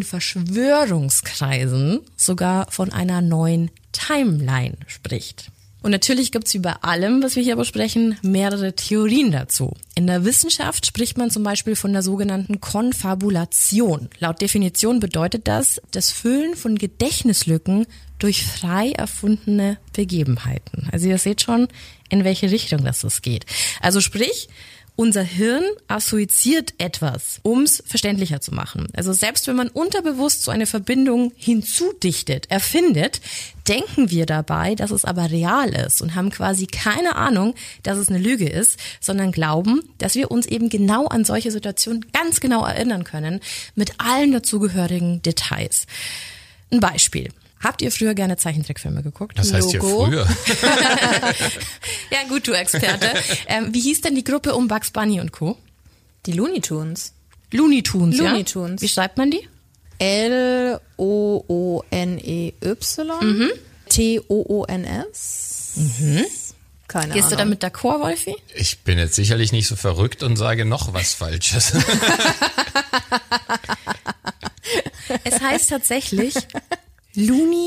Verschwörungskreisen sogar von einer neuen Timeline spricht. Und natürlich gibt's wie bei allem, was wir hier besprechen, mehrere Theorien dazu. In der Wissenschaft spricht man zum Beispiel von der sogenannten Konfabulation. Laut Definition bedeutet das das Füllen von Gedächtnislücken durch frei erfundene Begebenheiten. Also ihr seht schon, in welche Richtung das das geht. Also sprich, unser Hirn assoziiert etwas, um's verständlicher zu machen. Also selbst wenn man unterbewusst so eine Verbindung hinzudichtet, erfindet, denken wir dabei, dass es aber real ist und haben quasi keine Ahnung, dass es eine Lüge ist, sondern glauben, dass wir uns eben genau an solche Situationen ganz genau erinnern können, mit allen dazugehörigen Details. Ein Beispiel. Habt ihr früher gerne Zeichentrickfilme geguckt? Das heißt Logo. ja früher. Ja gut, du Experte. Ähm, wie hieß denn die Gruppe um Bugs Bunny und Co.? Die Looney Tunes. Looney Tunes, ja? Looney Tunes. Wie schreibt man die? L O O N E Y Mhm. T O O N S. Mhm. Keine Gehst Ahnung. du damit d'accord, Wolfi? Ich bin jetzt sicherlich nicht so verrückt und sage noch was Falsches. Es heißt tatsächlich Looney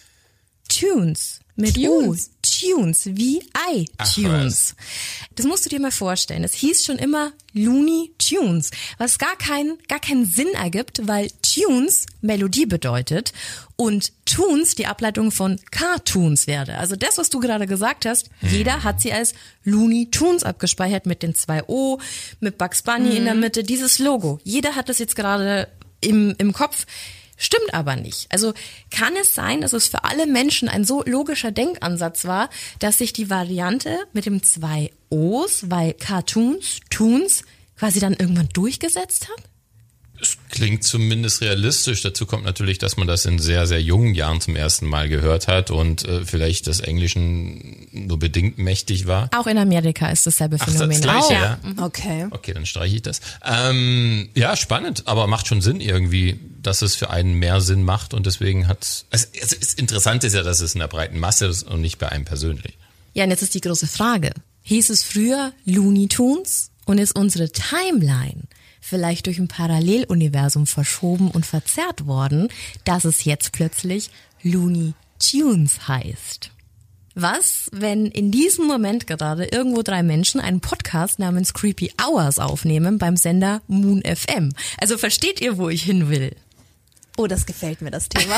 Tunes. Mit Tunes. U. Tunes, wie iTunes. Ach, Das musst du dir mal vorstellen. Es hieß schon immer Looney Tunes, was gar keinen gar keinen Sinn ergibt, weil Tunes Melodie bedeutet und Tunes die Ableitung von Cartoons wäre. Also das, was du gerade gesagt hast, hm. jeder hat sie als Looney Tunes abgespeichert mit den zwei O, mit Bugs Bunny hm. in der Mitte, dieses Logo. Jeder hat das jetzt gerade im, im Kopf. Stimmt aber nicht. Also kann es sein, dass es für alle Menschen ein so logischer Denkansatz war, dass sich die Variante mit dem zwei O's, weil Cartoons, Toons, quasi dann irgendwann durchgesetzt hat? Es klingt zumindest realistisch. Dazu kommt natürlich, dass man das in sehr, sehr jungen Jahren zum ersten Mal gehört hat und äh, vielleicht des Englischen nur bedingt mächtig war. Auch in Amerika ist dasselbe Ach, Phänomen. das Gleiche, auch. ja. Okay. Okay, dann streiche ich das. Ähm, ja, spannend, aber macht schon Sinn irgendwie, dass es für einen mehr Sinn macht und deswegen hat es, es ist interessant ist ja, dass es in der breiten Masse ist und nicht bei einem persönlich. Ja, und jetzt ist die große Frage. Hieß es früher Looney Tunes und ist unsere Timeline vielleicht durch ein Paralleluniversum verschoben und verzerrt worden, dass es jetzt plötzlich Looney Tunes heißt? Was, wenn in diesem Moment gerade irgendwo drei Menschen einen Podcast namens Creepy Hours aufnehmen beim Sender Moon F M? Also versteht ihr, wo ich hin will? Oh, das gefällt mir, das Thema.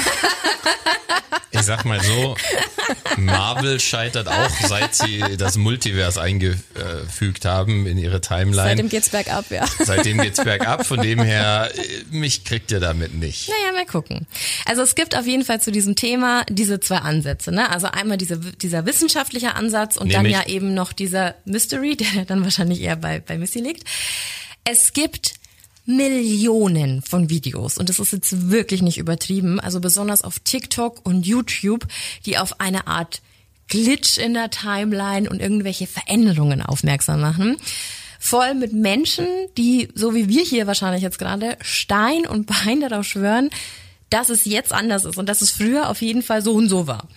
Ich sag mal so, Marvel scheitert auch, seit sie das Multiverse eingefügt haben in ihre Timeline. Seitdem geht's bergab, ja. Seitdem geht's bergab, von dem her, mich kriegt ihr damit nicht. Naja, mal gucken. Also es gibt auf jeden Fall zu diesem Thema diese zwei Ansätze, ne? Also einmal diese, dieser wissenschaftliche Ansatz und Nämlich? dann ja eben noch dieser Mystery, der dann wahrscheinlich eher bei, bei Missy liegt. Es gibt Millionen von Videos und das ist jetzt wirklich nicht übertrieben, also besonders auf TikTok und YouTube, die auf eine Art Glitch in der Timeline und irgendwelche Veränderungen aufmerksam machen. Voll mit Menschen, die, so wie wir hier wahrscheinlich jetzt gerade, Stein und Bein darauf schwören, dass es jetzt anders ist und dass es früher auf jeden Fall so und so war.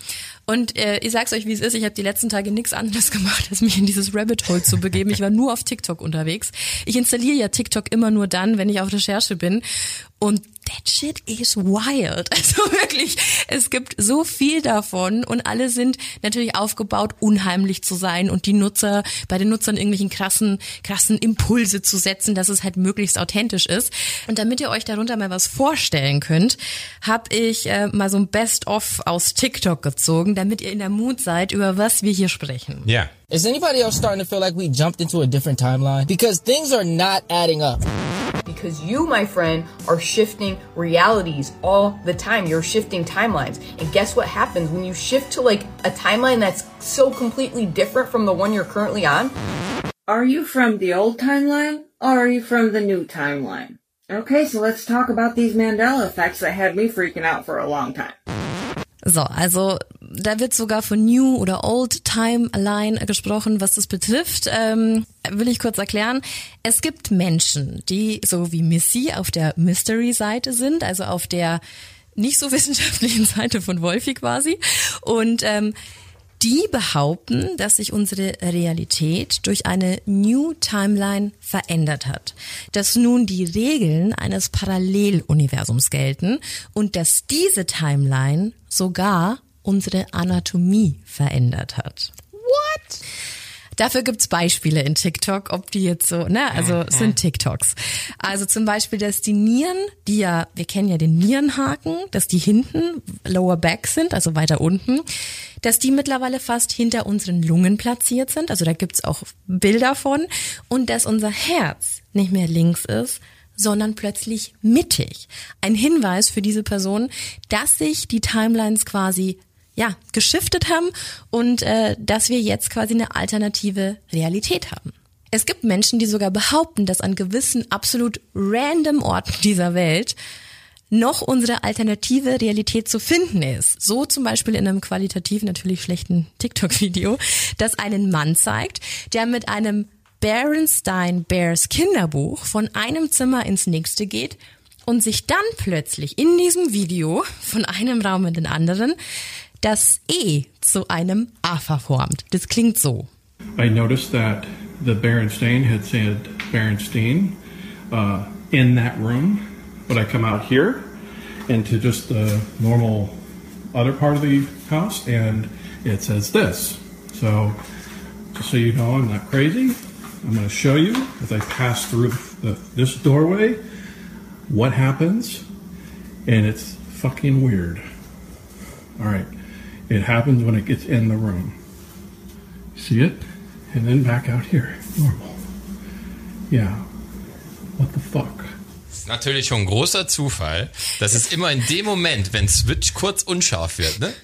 Und äh, ich sag's euch, wie es ist, ich habe die letzten Tage nichts anderes gemacht, als mich in dieses Rabbit Hole zu begeben. Ich war nur auf TikTok unterwegs. Ich installiere ja TikTok immer nur dann, wenn ich auf Recherche bin. Und that shit is wild. Also wirklich, es gibt so viel davon und alle sind natürlich aufgebaut, unheimlich zu sein und die Nutzer, bei den Nutzern irgendwelchen krassen, krassen Impulse zu setzen, dass es halt möglichst authentisch ist. Und damit ihr euch darunter mal was vorstellen könnt, habe ich äh, mal so ein Best-of aus TikTok gezogen, damit ihr in der Mut seid, über was wir hier sprechen. Ja. Yeah. Is anybody else starting to feel like we jumped into a different timeline? Because things are not adding up. Because you, my friend, are shifting realities all the time. You're shifting timelines. And guess what happens when you shift to like a timeline that's so completely different from the one you're currently on? Are you from the old timeline or are you from the new timeline? Okay, so let's talk about these Mandela effects that had me freaking out for a long time. So, also da wird sogar von New oder Old Timeline gesprochen, was das betrifft. Ähm, will ich kurz erklären. Es gibt Menschen, die so wie Missy auf der Mystery-Seite sind, also auf der nicht so wissenschaftlichen Seite von Wolfi quasi. Und ähm, die behaupten, dass sich unsere Realität durch eine New Timeline verändert hat. Dass nun die Regeln eines Paralleluniversums gelten und dass diese Timeline sogar unsere Anatomie verändert hat. What? Dafür gibt's Beispiele in TikTok, ob die jetzt so, ne, also es sind TikToks. Also zum Beispiel, dass die Nieren, die ja, wir kennen ja den Nierenhaken, dass die hinten lower back sind, also weiter unten, dass die mittlerweile fast hinter unseren Lungen platziert sind, also da gibt's auch Bilder von, und dass unser Herz nicht mehr links ist, sondern plötzlich mittig. Ein Hinweis für diese Person, dass sich die Timelines quasi ja geschiftet haben und äh, dass wir jetzt quasi eine alternative Realität haben. Es gibt Menschen, die sogar behaupten, dass an gewissen absolut random Orten dieser Welt noch unsere alternative Realität zu finden ist. So zum Beispiel in einem qualitativ natürlich schlechten TikTok-Video, das einen Mann zeigt, der mit einem Berenstain Bears Kinderbuch von einem Zimmer ins nächste geht und sich dann plötzlich in diesem Video von einem Raum in den anderen das E zu einem A verformt. Das klingt so. I noticed that the Berenstain had said Berenstain uh, in that room, but I come out here into just the normal other part of the house and it says this. So just so you know, I'm not crazy. I'm going to show you as I pass through the, this doorway what happens, and it's fucking weird. All right. It happens when it gets in the room. See it? And then back out here. Normal. Yeah. What the fuck? Natürlich schon ein großer Zufall, dass es immer in dem Moment, wenn Switch kurz unscharf wird, ne?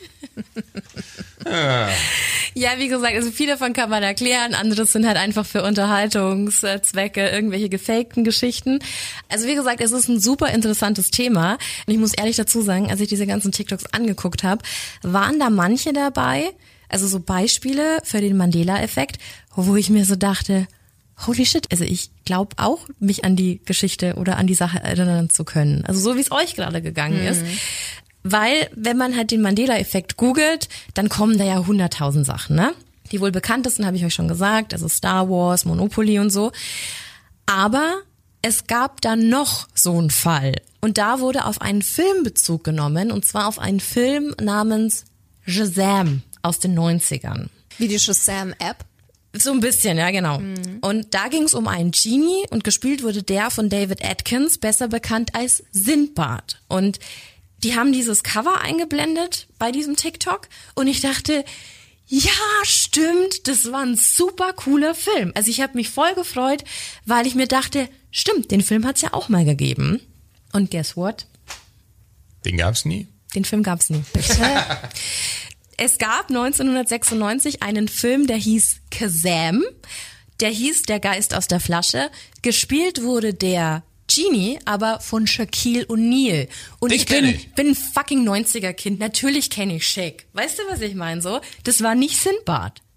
Ah. Ja, wie gesagt, also viel davon kann man erklären, anderes sind halt einfach für Unterhaltungszwecke irgendwelche gefakten Geschichten. Also wie gesagt, es ist ein super interessantes Thema und ich muss ehrlich dazu sagen, als ich diese ganzen TikToks angeguckt habe, waren da manche dabei, also so Beispiele für den Mandela-Effekt, wo ich mir so dachte, holy shit, also ich glaube auch, mich an die Geschichte oder an die Sache erinnern zu können. Also so wie es euch gerade gegangen mhm. ist. Weil, wenn man halt den Mandela-Effekt googelt, dann kommen da ja hunderttausend Sachen, ne? Die wohl bekanntesten habe ich euch schon gesagt, also Star Wars, Monopoly und so. Aber es gab dann noch so einen Fall. Und da wurde auf einen Film Bezug genommen, und zwar auf einen Film namens Shazam aus den neunzigern. Wie die Shazam-App? So ein bisschen, ja, genau. Mhm. Und da ging es um einen Genie und gespielt wurde der von David Atkins, besser bekannt als Sindbad. Und die haben dieses Cover eingeblendet bei diesem TikTok und ich dachte, ja, stimmt, das war ein super cooler Film. Also ich habe mich voll gefreut, weil ich mir dachte, stimmt, den Film hat's ja auch mal gegeben. Und guess what? Den gab's nie? Den Film gab's nie. Bitte? Es gab neunzehnhundertsechsundneunzig einen Film, der hieß Kazam. Der hieß Der Geist aus der Flasche. Gespielt wurde der Genie, aber von Shaquille O'Neal. Und Den ich bin, ich. bin ein fucking neunziger Kind. Natürlich kenne ich Shaq. Weißt du, was ich meine so? Das war nicht Sindbad.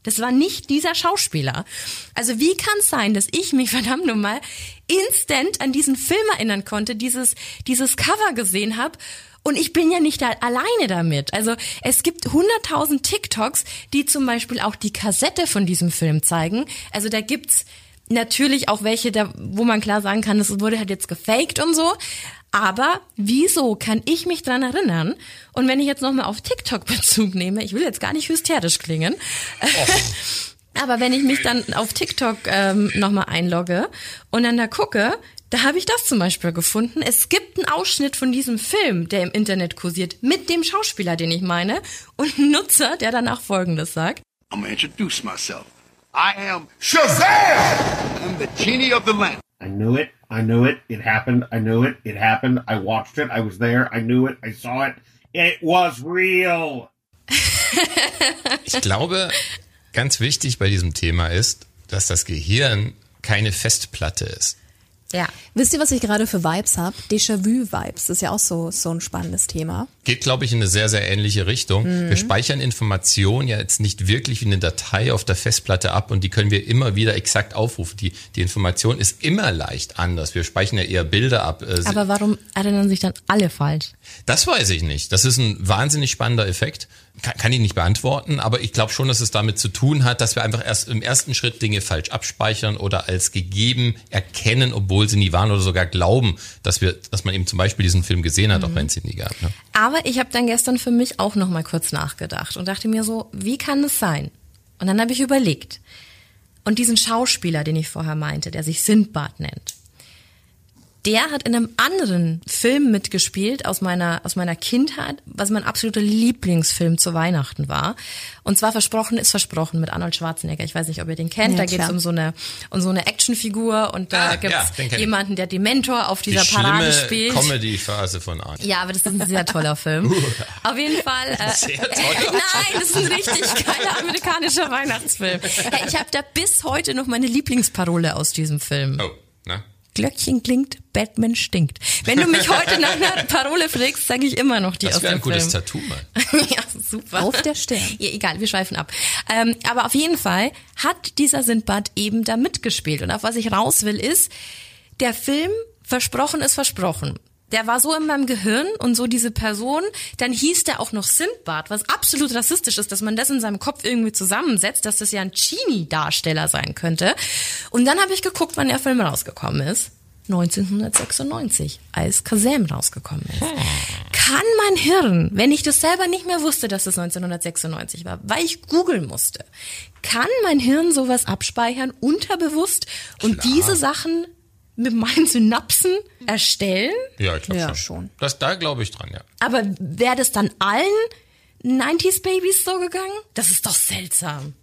Das war nicht dieser Schauspieler. Also wie kann es sein, dass ich mich verdammt nochmal instant an diesen Film erinnern konnte, dieses, dieses Cover gesehen habe und ich bin ja nicht da alleine damit. Also es gibt hunderttausend TikToks, die zum Beispiel auch die Kassette von diesem Film zeigen. Also da gibt's natürlich auch welche, da, wo man klar sagen kann, das wurde halt jetzt gefaked und so. Aber wieso kann ich mich dran erinnern? Und wenn ich jetzt nochmal auf TikTok Bezug nehme, ich will jetzt gar nicht hysterisch klingen, oh. aber wenn ich mich dann auf TikTok ähm, nochmal einlogge und dann da gucke, da habe ich das zum Beispiel gefunden. Es gibt einen Ausschnitt von diesem Film, der im Internet kursiert, mit dem Schauspieler, den ich meine, und einen Nutzer, der danach Folgendes sagt. I'm gonna introduce myself. I am Shazam! I'm the genie of the lamp. I knew it. I knew it. It happened. I knew it. It happened. I watched it. I was there. I knew it. I saw it. It was real. Ich glaube, ganz wichtig bei diesem Thema ist, dass das Gehirn keine Festplatte ist. Ja. Wisst ihr, was ich gerade für Vibes habe? Déjà-vu-Vibes, das ist ja auch so, so ein spannendes Thema. Geht, glaube ich, in eine sehr, sehr ähnliche Richtung. Mhm. Wir speichern Informationen ja jetzt nicht wirklich wie eine Datei auf der Festplatte ab und die können wir immer wieder exakt aufrufen. Die, die Information ist immer leicht anders. Wir speichern ja eher Bilder ab. Aber warum erinnern sich dann alle falsch? Das weiß ich nicht. Das ist ein wahnsinnig spannender Effekt. Kann, kann ich nicht beantworten, aber ich glaube schon, dass es damit zu tun hat, dass wir einfach erst im ersten Schritt Dinge falsch abspeichern oder als gegeben erkennen, obwohl sie nie waren oder sogar glauben, dass wir, dass man eben zum Beispiel diesen Film gesehen hat, mhm. auch wenn es ihn nie gab. Ne? Aber ich habe dann gestern für mich auch noch mal kurz nachgedacht und dachte mir so, wie kann es sein? Und dann habe ich überlegt. Und diesen Schauspieler, den ich vorher meinte, der sich Sindbad nennt, der hat in einem anderen Film mitgespielt aus meiner aus meiner Kindheit, was mein absoluter Lieblingsfilm zu Weihnachten war. Und zwar Versprochen ist Versprochen mit Arnold Schwarzenegger. Ich weiß nicht, ob ihr den kennt. Ja, da geht es um so eine um so eine Actionfigur und da ah, gibt's ja, jemanden, der Dementor auf dieser Die Parade spielt. Die Comedy-Phase von Arnold. Ja, aber das ist ein sehr toller Film. Auf jeden Fall. Äh, sehr toller. Nein, das ist ein richtig geiler amerikanischer Weihnachtsfilm. Hey, ich habe da bis heute noch meine Lieblingsparole aus diesem Film. Oh, na? Glöckchen klingt, Batman stinkt. Wenn du mich heute nach einer Parole fragst, sage ich immer noch die das aus dem Film. Das wäre ein gutes Tattoo, Mann. Ja, super. Auf der Stirn. Ja, egal, wir schweifen ab. Ähm, aber auf jeden Fall hat dieser Sindbad eben da mitgespielt. Und auf was ich raus will ist, der Film Versprochen ist Versprochen. Der war so in meinem Gehirn und so diese Person, dann hieß der auch noch Sindbad, was absolut rassistisch ist, dass man das in seinem Kopf irgendwie zusammensetzt, dass das ja ein Genie-Darsteller sein könnte. Und dann habe ich geguckt, wann der Film rausgekommen ist. neunzehnhundertsechsundneunzig, als Kazam rausgekommen ist. Kann mein Hirn, wenn ich das selber nicht mehr wusste, dass es neunzehnhundertsechsundneunzig war, weil ich googeln musste, kann mein Hirn sowas abspeichern, unterbewusst und Klar. diese Sachen mit meinen Synapsen erstellen? Ja, ich glaube ja, schon. schon. Das, da glaube ich dran, ja. Aber wäre das dann allen neunziger Babys so gegangen? Das ist doch seltsam.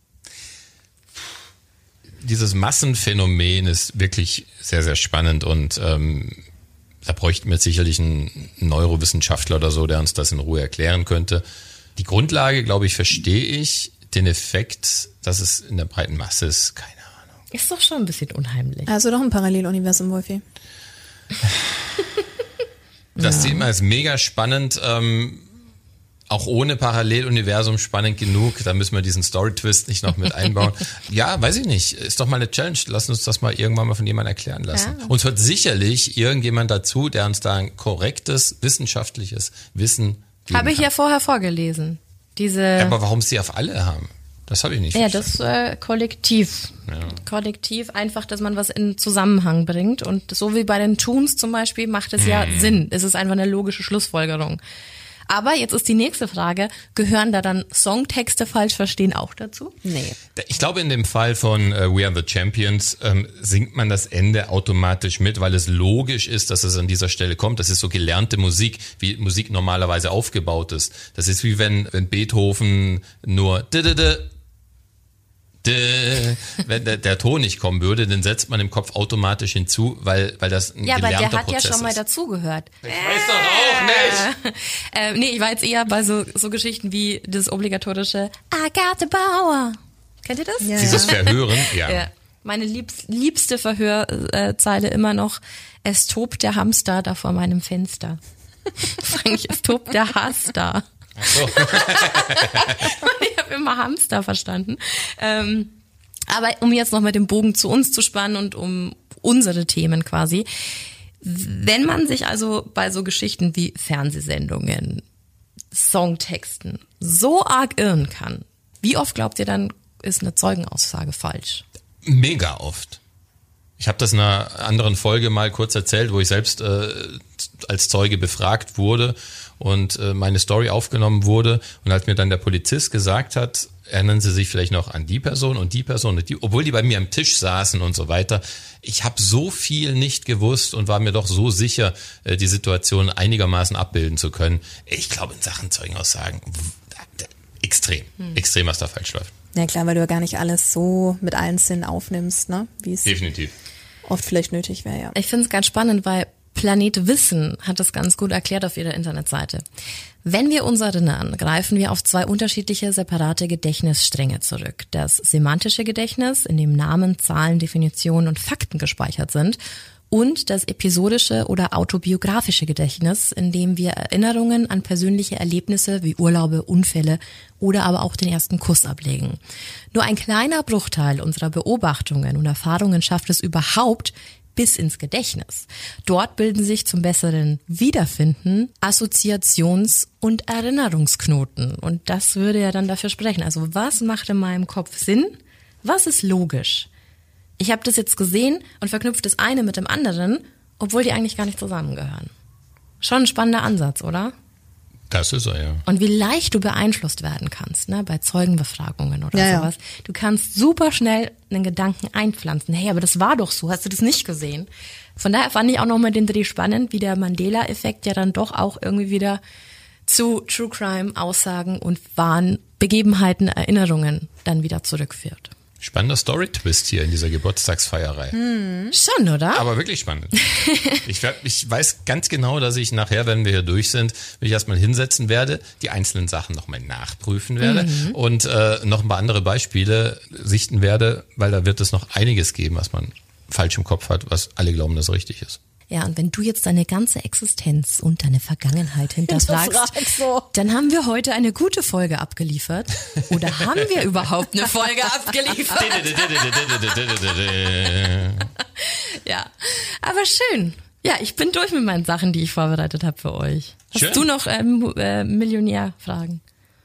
Dieses Massenphänomen ist wirklich sehr, sehr spannend und ähm, da bräuchten wir sicherlich einen Neurowissenschaftler oder so, der uns das in Ruhe erklären könnte. Die Grundlage, glaube ich, verstehe ich. Den Effekt, dass es in der breiten Masse ist, keine Ahnung. Ist doch schon ein bisschen unheimlich. Also doch ein Paralleluniversum, Wolfi. Das Ja. Thema ist mega spannend, ähm, auch ohne Paralleluniversum spannend genug. Da müssen wir diesen Story-Twist nicht noch mit einbauen. Ja, weiß ich nicht. Ist doch mal eine Challenge. Lass uns das mal irgendwann mal von jemandem erklären lassen. Ja. Uns hört sicherlich irgendjemand dazu, der uns da ein korrektes, wissenschaftliches Wissen geben Habe ich kann. ja vorher vorgelesen. Diese. Ja, aber warum sie auf alle haben? Das habe ich nicht Ja, verstanden. das äh, Kollektiv. Ja. Kollektiv einfach, dass man was in Zusammenhang bringt. Und so wie bei den Toons zum Beispiel macht es ja Mhm. Sinn. Es ist einfach eine logische Schlussfolgerung. Aber jetzt ist die nächste Frage, gehören da dann Songtexte falsch verstehen auch dazu? Nee. Ich glaube, in dem Fall von äh, We Are the Champions ähm, singt man das Ende automatisch mit, weil es logisch ist, dass es an dieser Stelle kommt. Das ist so gelernte Musik, wie Musik normalerweise aufgebaut ist. Das ist wie wenn, wenn Beethoven nur d -d -d D, wenn der, der Ton nicht kommen würde, den setzt man im Kopf automatisch hinzu, weil, weil das ein Ja, aber gelernter der hat Prozess ja schon mal ist. dazugehört. Ich weiß doch auch nicht. äh, nee, ich war jetzt eher bei so, so Geschichten wie das obligatorische I got the power. Kennt ihr das? Ja. Dieses Verhören, ja. Ja. Meine liebst, liebste Verhörzeile immer noch, es tobt der Hamster da vor meinem Fenster. Eigentlich, es tobt der Hass da. Ach so. Ich habe immer Hamster verstanden. Ähm, aber um jetzt noch mit dem Bogen zu uns zu spannen und um unsere Themen quasi. Wenn man sich also bei so Geschichten wie Fernsehsendungen, Songtexten so arg irren kann, wie oft glaubt ihr dann, ist eine Zeugenaussage falsch? Mega oft. Ich habe das in einer anderen Folge mal kurz erzählt, wo ich selbst äh, als Zeuge befragt wurde und äh, meine Story aufgenommen wurde. Und als mir dann der Polizist gesagt hat, erinnern Sie sich vielleicht noch an die Person und die Person, und die, obwohl die bei mir am Tisch saßen und so weiter. Ich habe so viel nicht gewusst und war mir doch so sicher, äh, die Situation einigermaßen abbilden zu können. Ich glaube, in Sachen Zeugenaussagen extrem, hm. extrem, was da falsch läuft. Ja klar, weil du ja gar nicht alles so mit allen Sinnen aufnimmst, ne? Wie es definitiv oft vielleicht nötig wäre, ja. Ich finde es ganz spannend, weil Planet Wissen hat das ganz gut erklärt auf ihrer Internetseite. Wenn wir uns erinnern, greifen wir auf zwei unterschiedliche separate Gedächtnisstränge zurück. Das semantische Gedächtnis, in dem Namen, Zahlen, Definitionen und Fakten gespeichert sind, und das episodische oder autobiografische Gedächtnis, in dem wir Erinnerungen an persönliche Erlebnisse wie Urlaube, Unfälle oder aber auch den ersten Kuss ablegen. Nur ein kleiner Bruchteil unserer Beobachtungen und Erfahrungen schafft es überhaupt bis ins Gedächtnis. Dort bilden sich zum besseren Wiederfinden Assoziations- und Erinnerungsknoten. Und das würde ja dann dafür sprechen. Also was macht in meinem Kopf Sinn? Was ist logisch? Ich habe das jetzt gesehen und verknüpft das eine mit dem anderen, obwohl die eigentlich gar nicht zusammengehören. Schon ein spannender Ansatz, oder? Das ist er, ja. Und wie leicht du beeinflusst werden kannst, ne, bei Zeugenbefragungen oder ja, sowas. Ja. Du kannst super schnell einen Gedanken einpflanzen. Hey, aber das war doch so, hast du das nicht gesehen? Von daher fand ich auch nochmal den Dreh spannend, wie der Mandela-Effekt ja dann doch auch irgendwie wieder zu True Crime-Aussagen und wahren Begebenheiten, Erinnerungen dann wieder zurückführt. Spannender Story-Twist hier in dieser Geburtstagsfeierei. Hm. Schon, oder? Aber wirklich spannend. ich, werd, ich weiß ganz genau, dass ich nachher, wenn wir hier durch sind, mich erstmal hinsetzen werde, die einzelnen Sachen nochmal nachprüfen werde mhm. und äh, noch ein paar andere Beispiele sichten werde, weil da wird es noch einiges geben, was man falsch im Kopf hat, was alle glauben, dass richtig ist. Ja, und wenn du jetzt deine ganze Existenz und deine Vergangenheit hinterfragst, so. dann haben wir heute eine gute Folge abgeliefert. Oder haben wir überhaupt eine Folge abgeliefert? Ja, aber schön. Ja, ich bin durch mit meinen Sachen, die ich vorbereitet habe für euch. Hast schön. Du noch ähm, äh, Millionärfragen?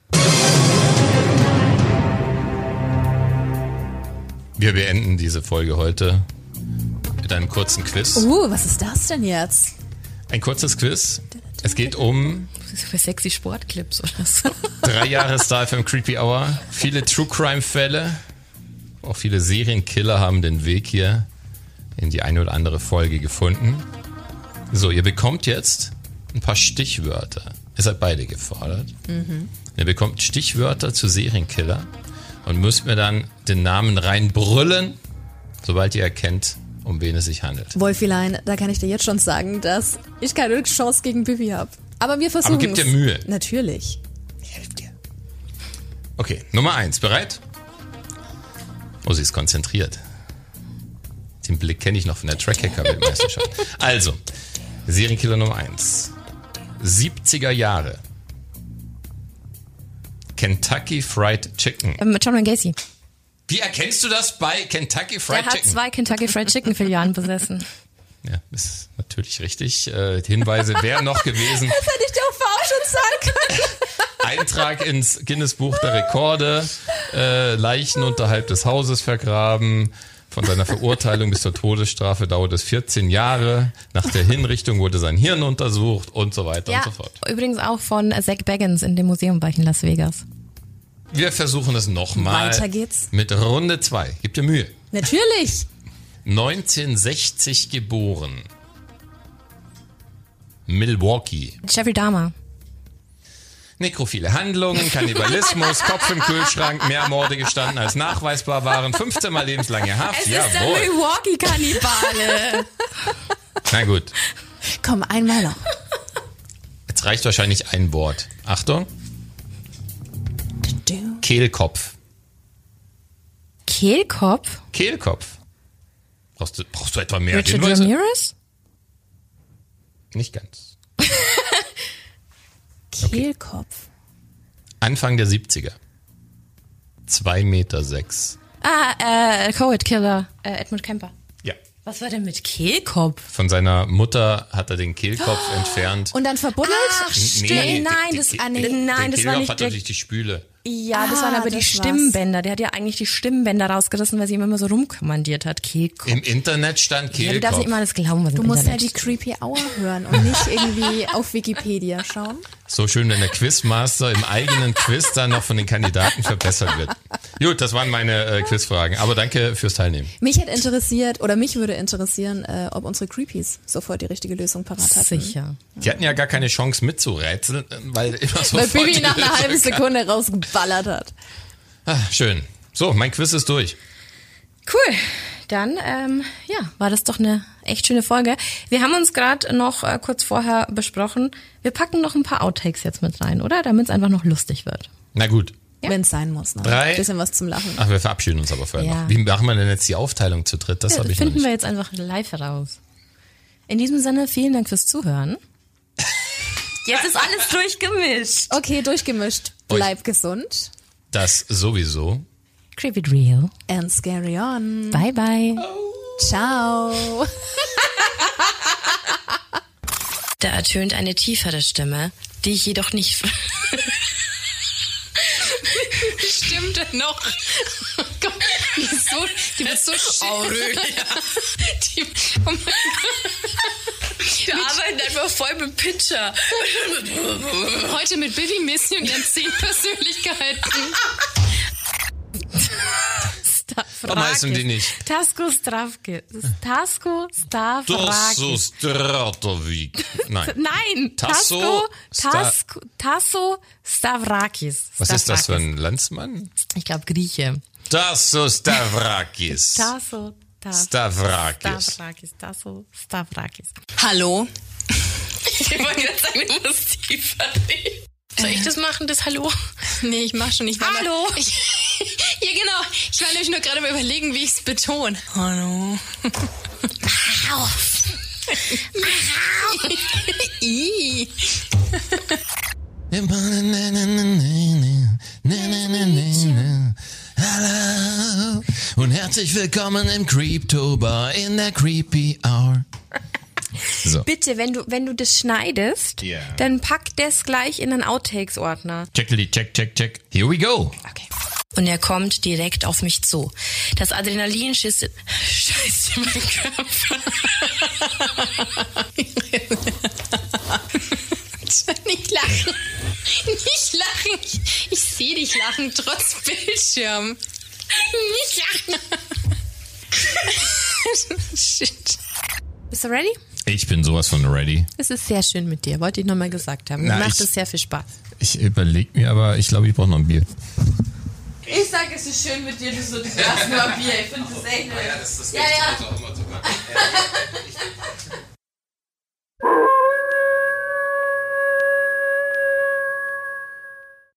Wir beenden diese Folge heute mit einem kurzen Quiz. Uh, was ist das denn jetzt? Ein kurzes Quiz. Es geht um für sexy Sportclips oder so. Drei Jahre Star F M Creepy Hour. Viele True Crime Fälle. Auch viele Serienkiller haben den Weg hier in die eine oder andere Folge gefunden. So, ihr bekommt jetzt ein paar Stichwörter. Ihr seid beide gefordert. Mhm. Ihr bekommt Stichwörter zu Serienkiller und müsst mir dann den Namen reinbrüllen, sobald ihr erkennt, um wen es sich handelt. Wolfilein, da kann ich dir jetzt schon sagen, dass ich keine Chance gegen Bibi habe. Aber wir versuchen es. Aber gib dir Mühe. Natürlich. Ich helfe dir. Okay, Nummer eins. Bereit? Oh, sie ist konzentriert. Den Blick kenne ich noch von der Trackhacker-Weltmeisterschaft. Also, Serienkiller Nummer eins. siebziger Jahre. Kentucky Fried Chicken. Ähm, mit John Wayne Gacy. Wie erkennst du das bei Kentucky Fried Chicken? Er hat zwei Kentucky Fried Chicken Filialen besessen. Ja, ist natürlich richtig. Äh, Hinweise wären noch gewesen. Das hätte ich dir auch vorher schon sagen können. Eintrag ins Guinness-Buch der Rekorde. Äh, Leichen unterhalb des Hauses vergraben. Von seiner Verurteilung bis zur Todesstrafe dauert es vierzehn Jahre. Nach der Hinrichtung wurde sein Hirn untersucht und so weiter ja, und so fort. Übrigens auch von Zach Baggins in dem Museum in Las Vegas. Wir versuchen es nochmal. Weiter geht's. Mit Runde zwei. Gib dir Mühe. Natürlich. neunzehnhundertsechzig geboren. Milwaukee. Jeffrey Dahmer. Nekrophile Handlungen, Kannibalismus, Kopf im Kühlschrank, mehr Morde gestanden als nachweisbar waren, fünfzehn Mal lebenslange Haft. Es Jawohl. ist der Milwaukee-Kannibale. Na gut. Komm, einmal noch. Jetzt reicht wahrscheinlich ein Wort. Achtung. Kehlkopf. Kehlkopf? Kehlkopf. Brauchst du, brauchst du etwa mehr Richard Hinweise? Ramirez? Nicht ganz. Kehlkopf. Anfang der siebziger. Zwei Meter sechs. Ah, äh, Coed Killer, äh, Edmund Kemper. Ja. Was war denn mit Kehlkopf? Von seiner Mutter hat er den Kehlkopf oh. entfernt. Und dann verbuddelt? Ach, stimmt. Nee, nein, das, ah, nee. nein, das war nicht hat er durch die Spüle. Ja, das ah, waren aber die Stimmbänder. Der hat ja eigentlich die Stimmbänder rausgerissen, weil sie ihm immer so rumkommandiert hat. Kehlkopf. Im Internet stand Kehlkopf. Ja, du darfst nicht immer alles glauben, was Du im musst Internet ja die Creepy Hour hören und nicht irgendwie auf Wikipedia schauen. So schön, wenn der Quizmaster im eigenen Quiz dann noch von den Kandidaten verbessert wird. Gut, das waren meine äh, Quizfragen. Aber danke fürs Teilnehmen. Mich hätte interessiert, oder mich würde interessieren, äh, ob unsere Creepies sofort die richtige Lösung parat hatten. Sicher. Die hatten ja gar keine Chance mitzurätseln, weil immer so Weil Bibi nach einer halben Sekunde rausgeballert hat. Ah, schön. So, mein Quiz ist durch. Cool. Dann, ähm, ja, war das doch eine echt schöne Folge. Wir haben uns gerade noch äh, kurz vorher besprochen, wir packen noch ein paar Outtakes jetzt mit rein, oder? Damit es einfach noch lustig wird. Na gut. Ja. Wenn es sein muss. Ne? Drei. Ein bisschen was zum Lachen. Ach, wir verabschieden uns aber vorher ja. noch. Wie machen wir denn jetzt die Aufteilung zu dritt? Das ja, habe das ich noch finden nicht. wir jetzt einfach live heraus. In diesem Sinne, vielen Dank fürs Zuhören. Jetzt ist alles durchgemischt. Okay, durchgemischt. Bleib Euch. gesund. Das sowieso. Creep it real. And scary on. Bye, bye. Oh. Ciao. Da ertönt eine tiefere Stimme, die ich jedoch nicht... Stimmt denn noch? Oh Gott, die ist so, die wird so Aurelia. Die, oh mein Gott. Wir arbeiten einfach voll mit Pitcher. Heute mit Bibi Missy und ihren zehn Persönlichkeiten. Warum heißen die nicht? Tasko Stravke. Tasko Stavrakis. Tasso Stratovic. Nein. Nein. Tasso Tasko, Tasso Stavrakis. Was ist das für ein Landsmann? Ich glaube Grieche. Tasso Stavrakis. Tasso Stavrakis. Stavrakis. Tasso Stavrakis. Hallo. Ich wollte gerade sagen, du musst tiefer reden. Soll ich das machen, das Hallo? Nee, ich mach schon nicht. Hallo. Mal, ich, ja, genau. Ich war nämlich nur gerade mal überlegen, wie ich es betone. Hallo. Mach auf. Mach auf. I. Hallo und herzlich willkommen im Creeptober in der Creepy Hour. So. Bitte, wenn du, wenn du das schneidest, yeah. dann pack das gleich in einen Outtakes-Ordner. Check, check, check, check. Here we go. Okay. Und er kommt direkt auf mich zu. Das Adrenalin schießt... Scheiße, mein Körper. Nicht lachen. Nicht lachen. Ich, ich sehe dich lachen, trotz Bildschirm. Nicht lachen. Shit. Bist du ready? Ich bin sowas von ready. Es ist sehr schön mit dir, wollte ich nochmal gesagt haben. Mir Na, macht ich, es sehr viel Spaß. Ich überlege mir, aber ich glaube, ich brauche noch ein Bier. Ich sag, es ist schön mit dir, du so, du brauchst nur ein Bier. Ich finde das echt... Ja, das ist das ja, ja. auch immer zu machen.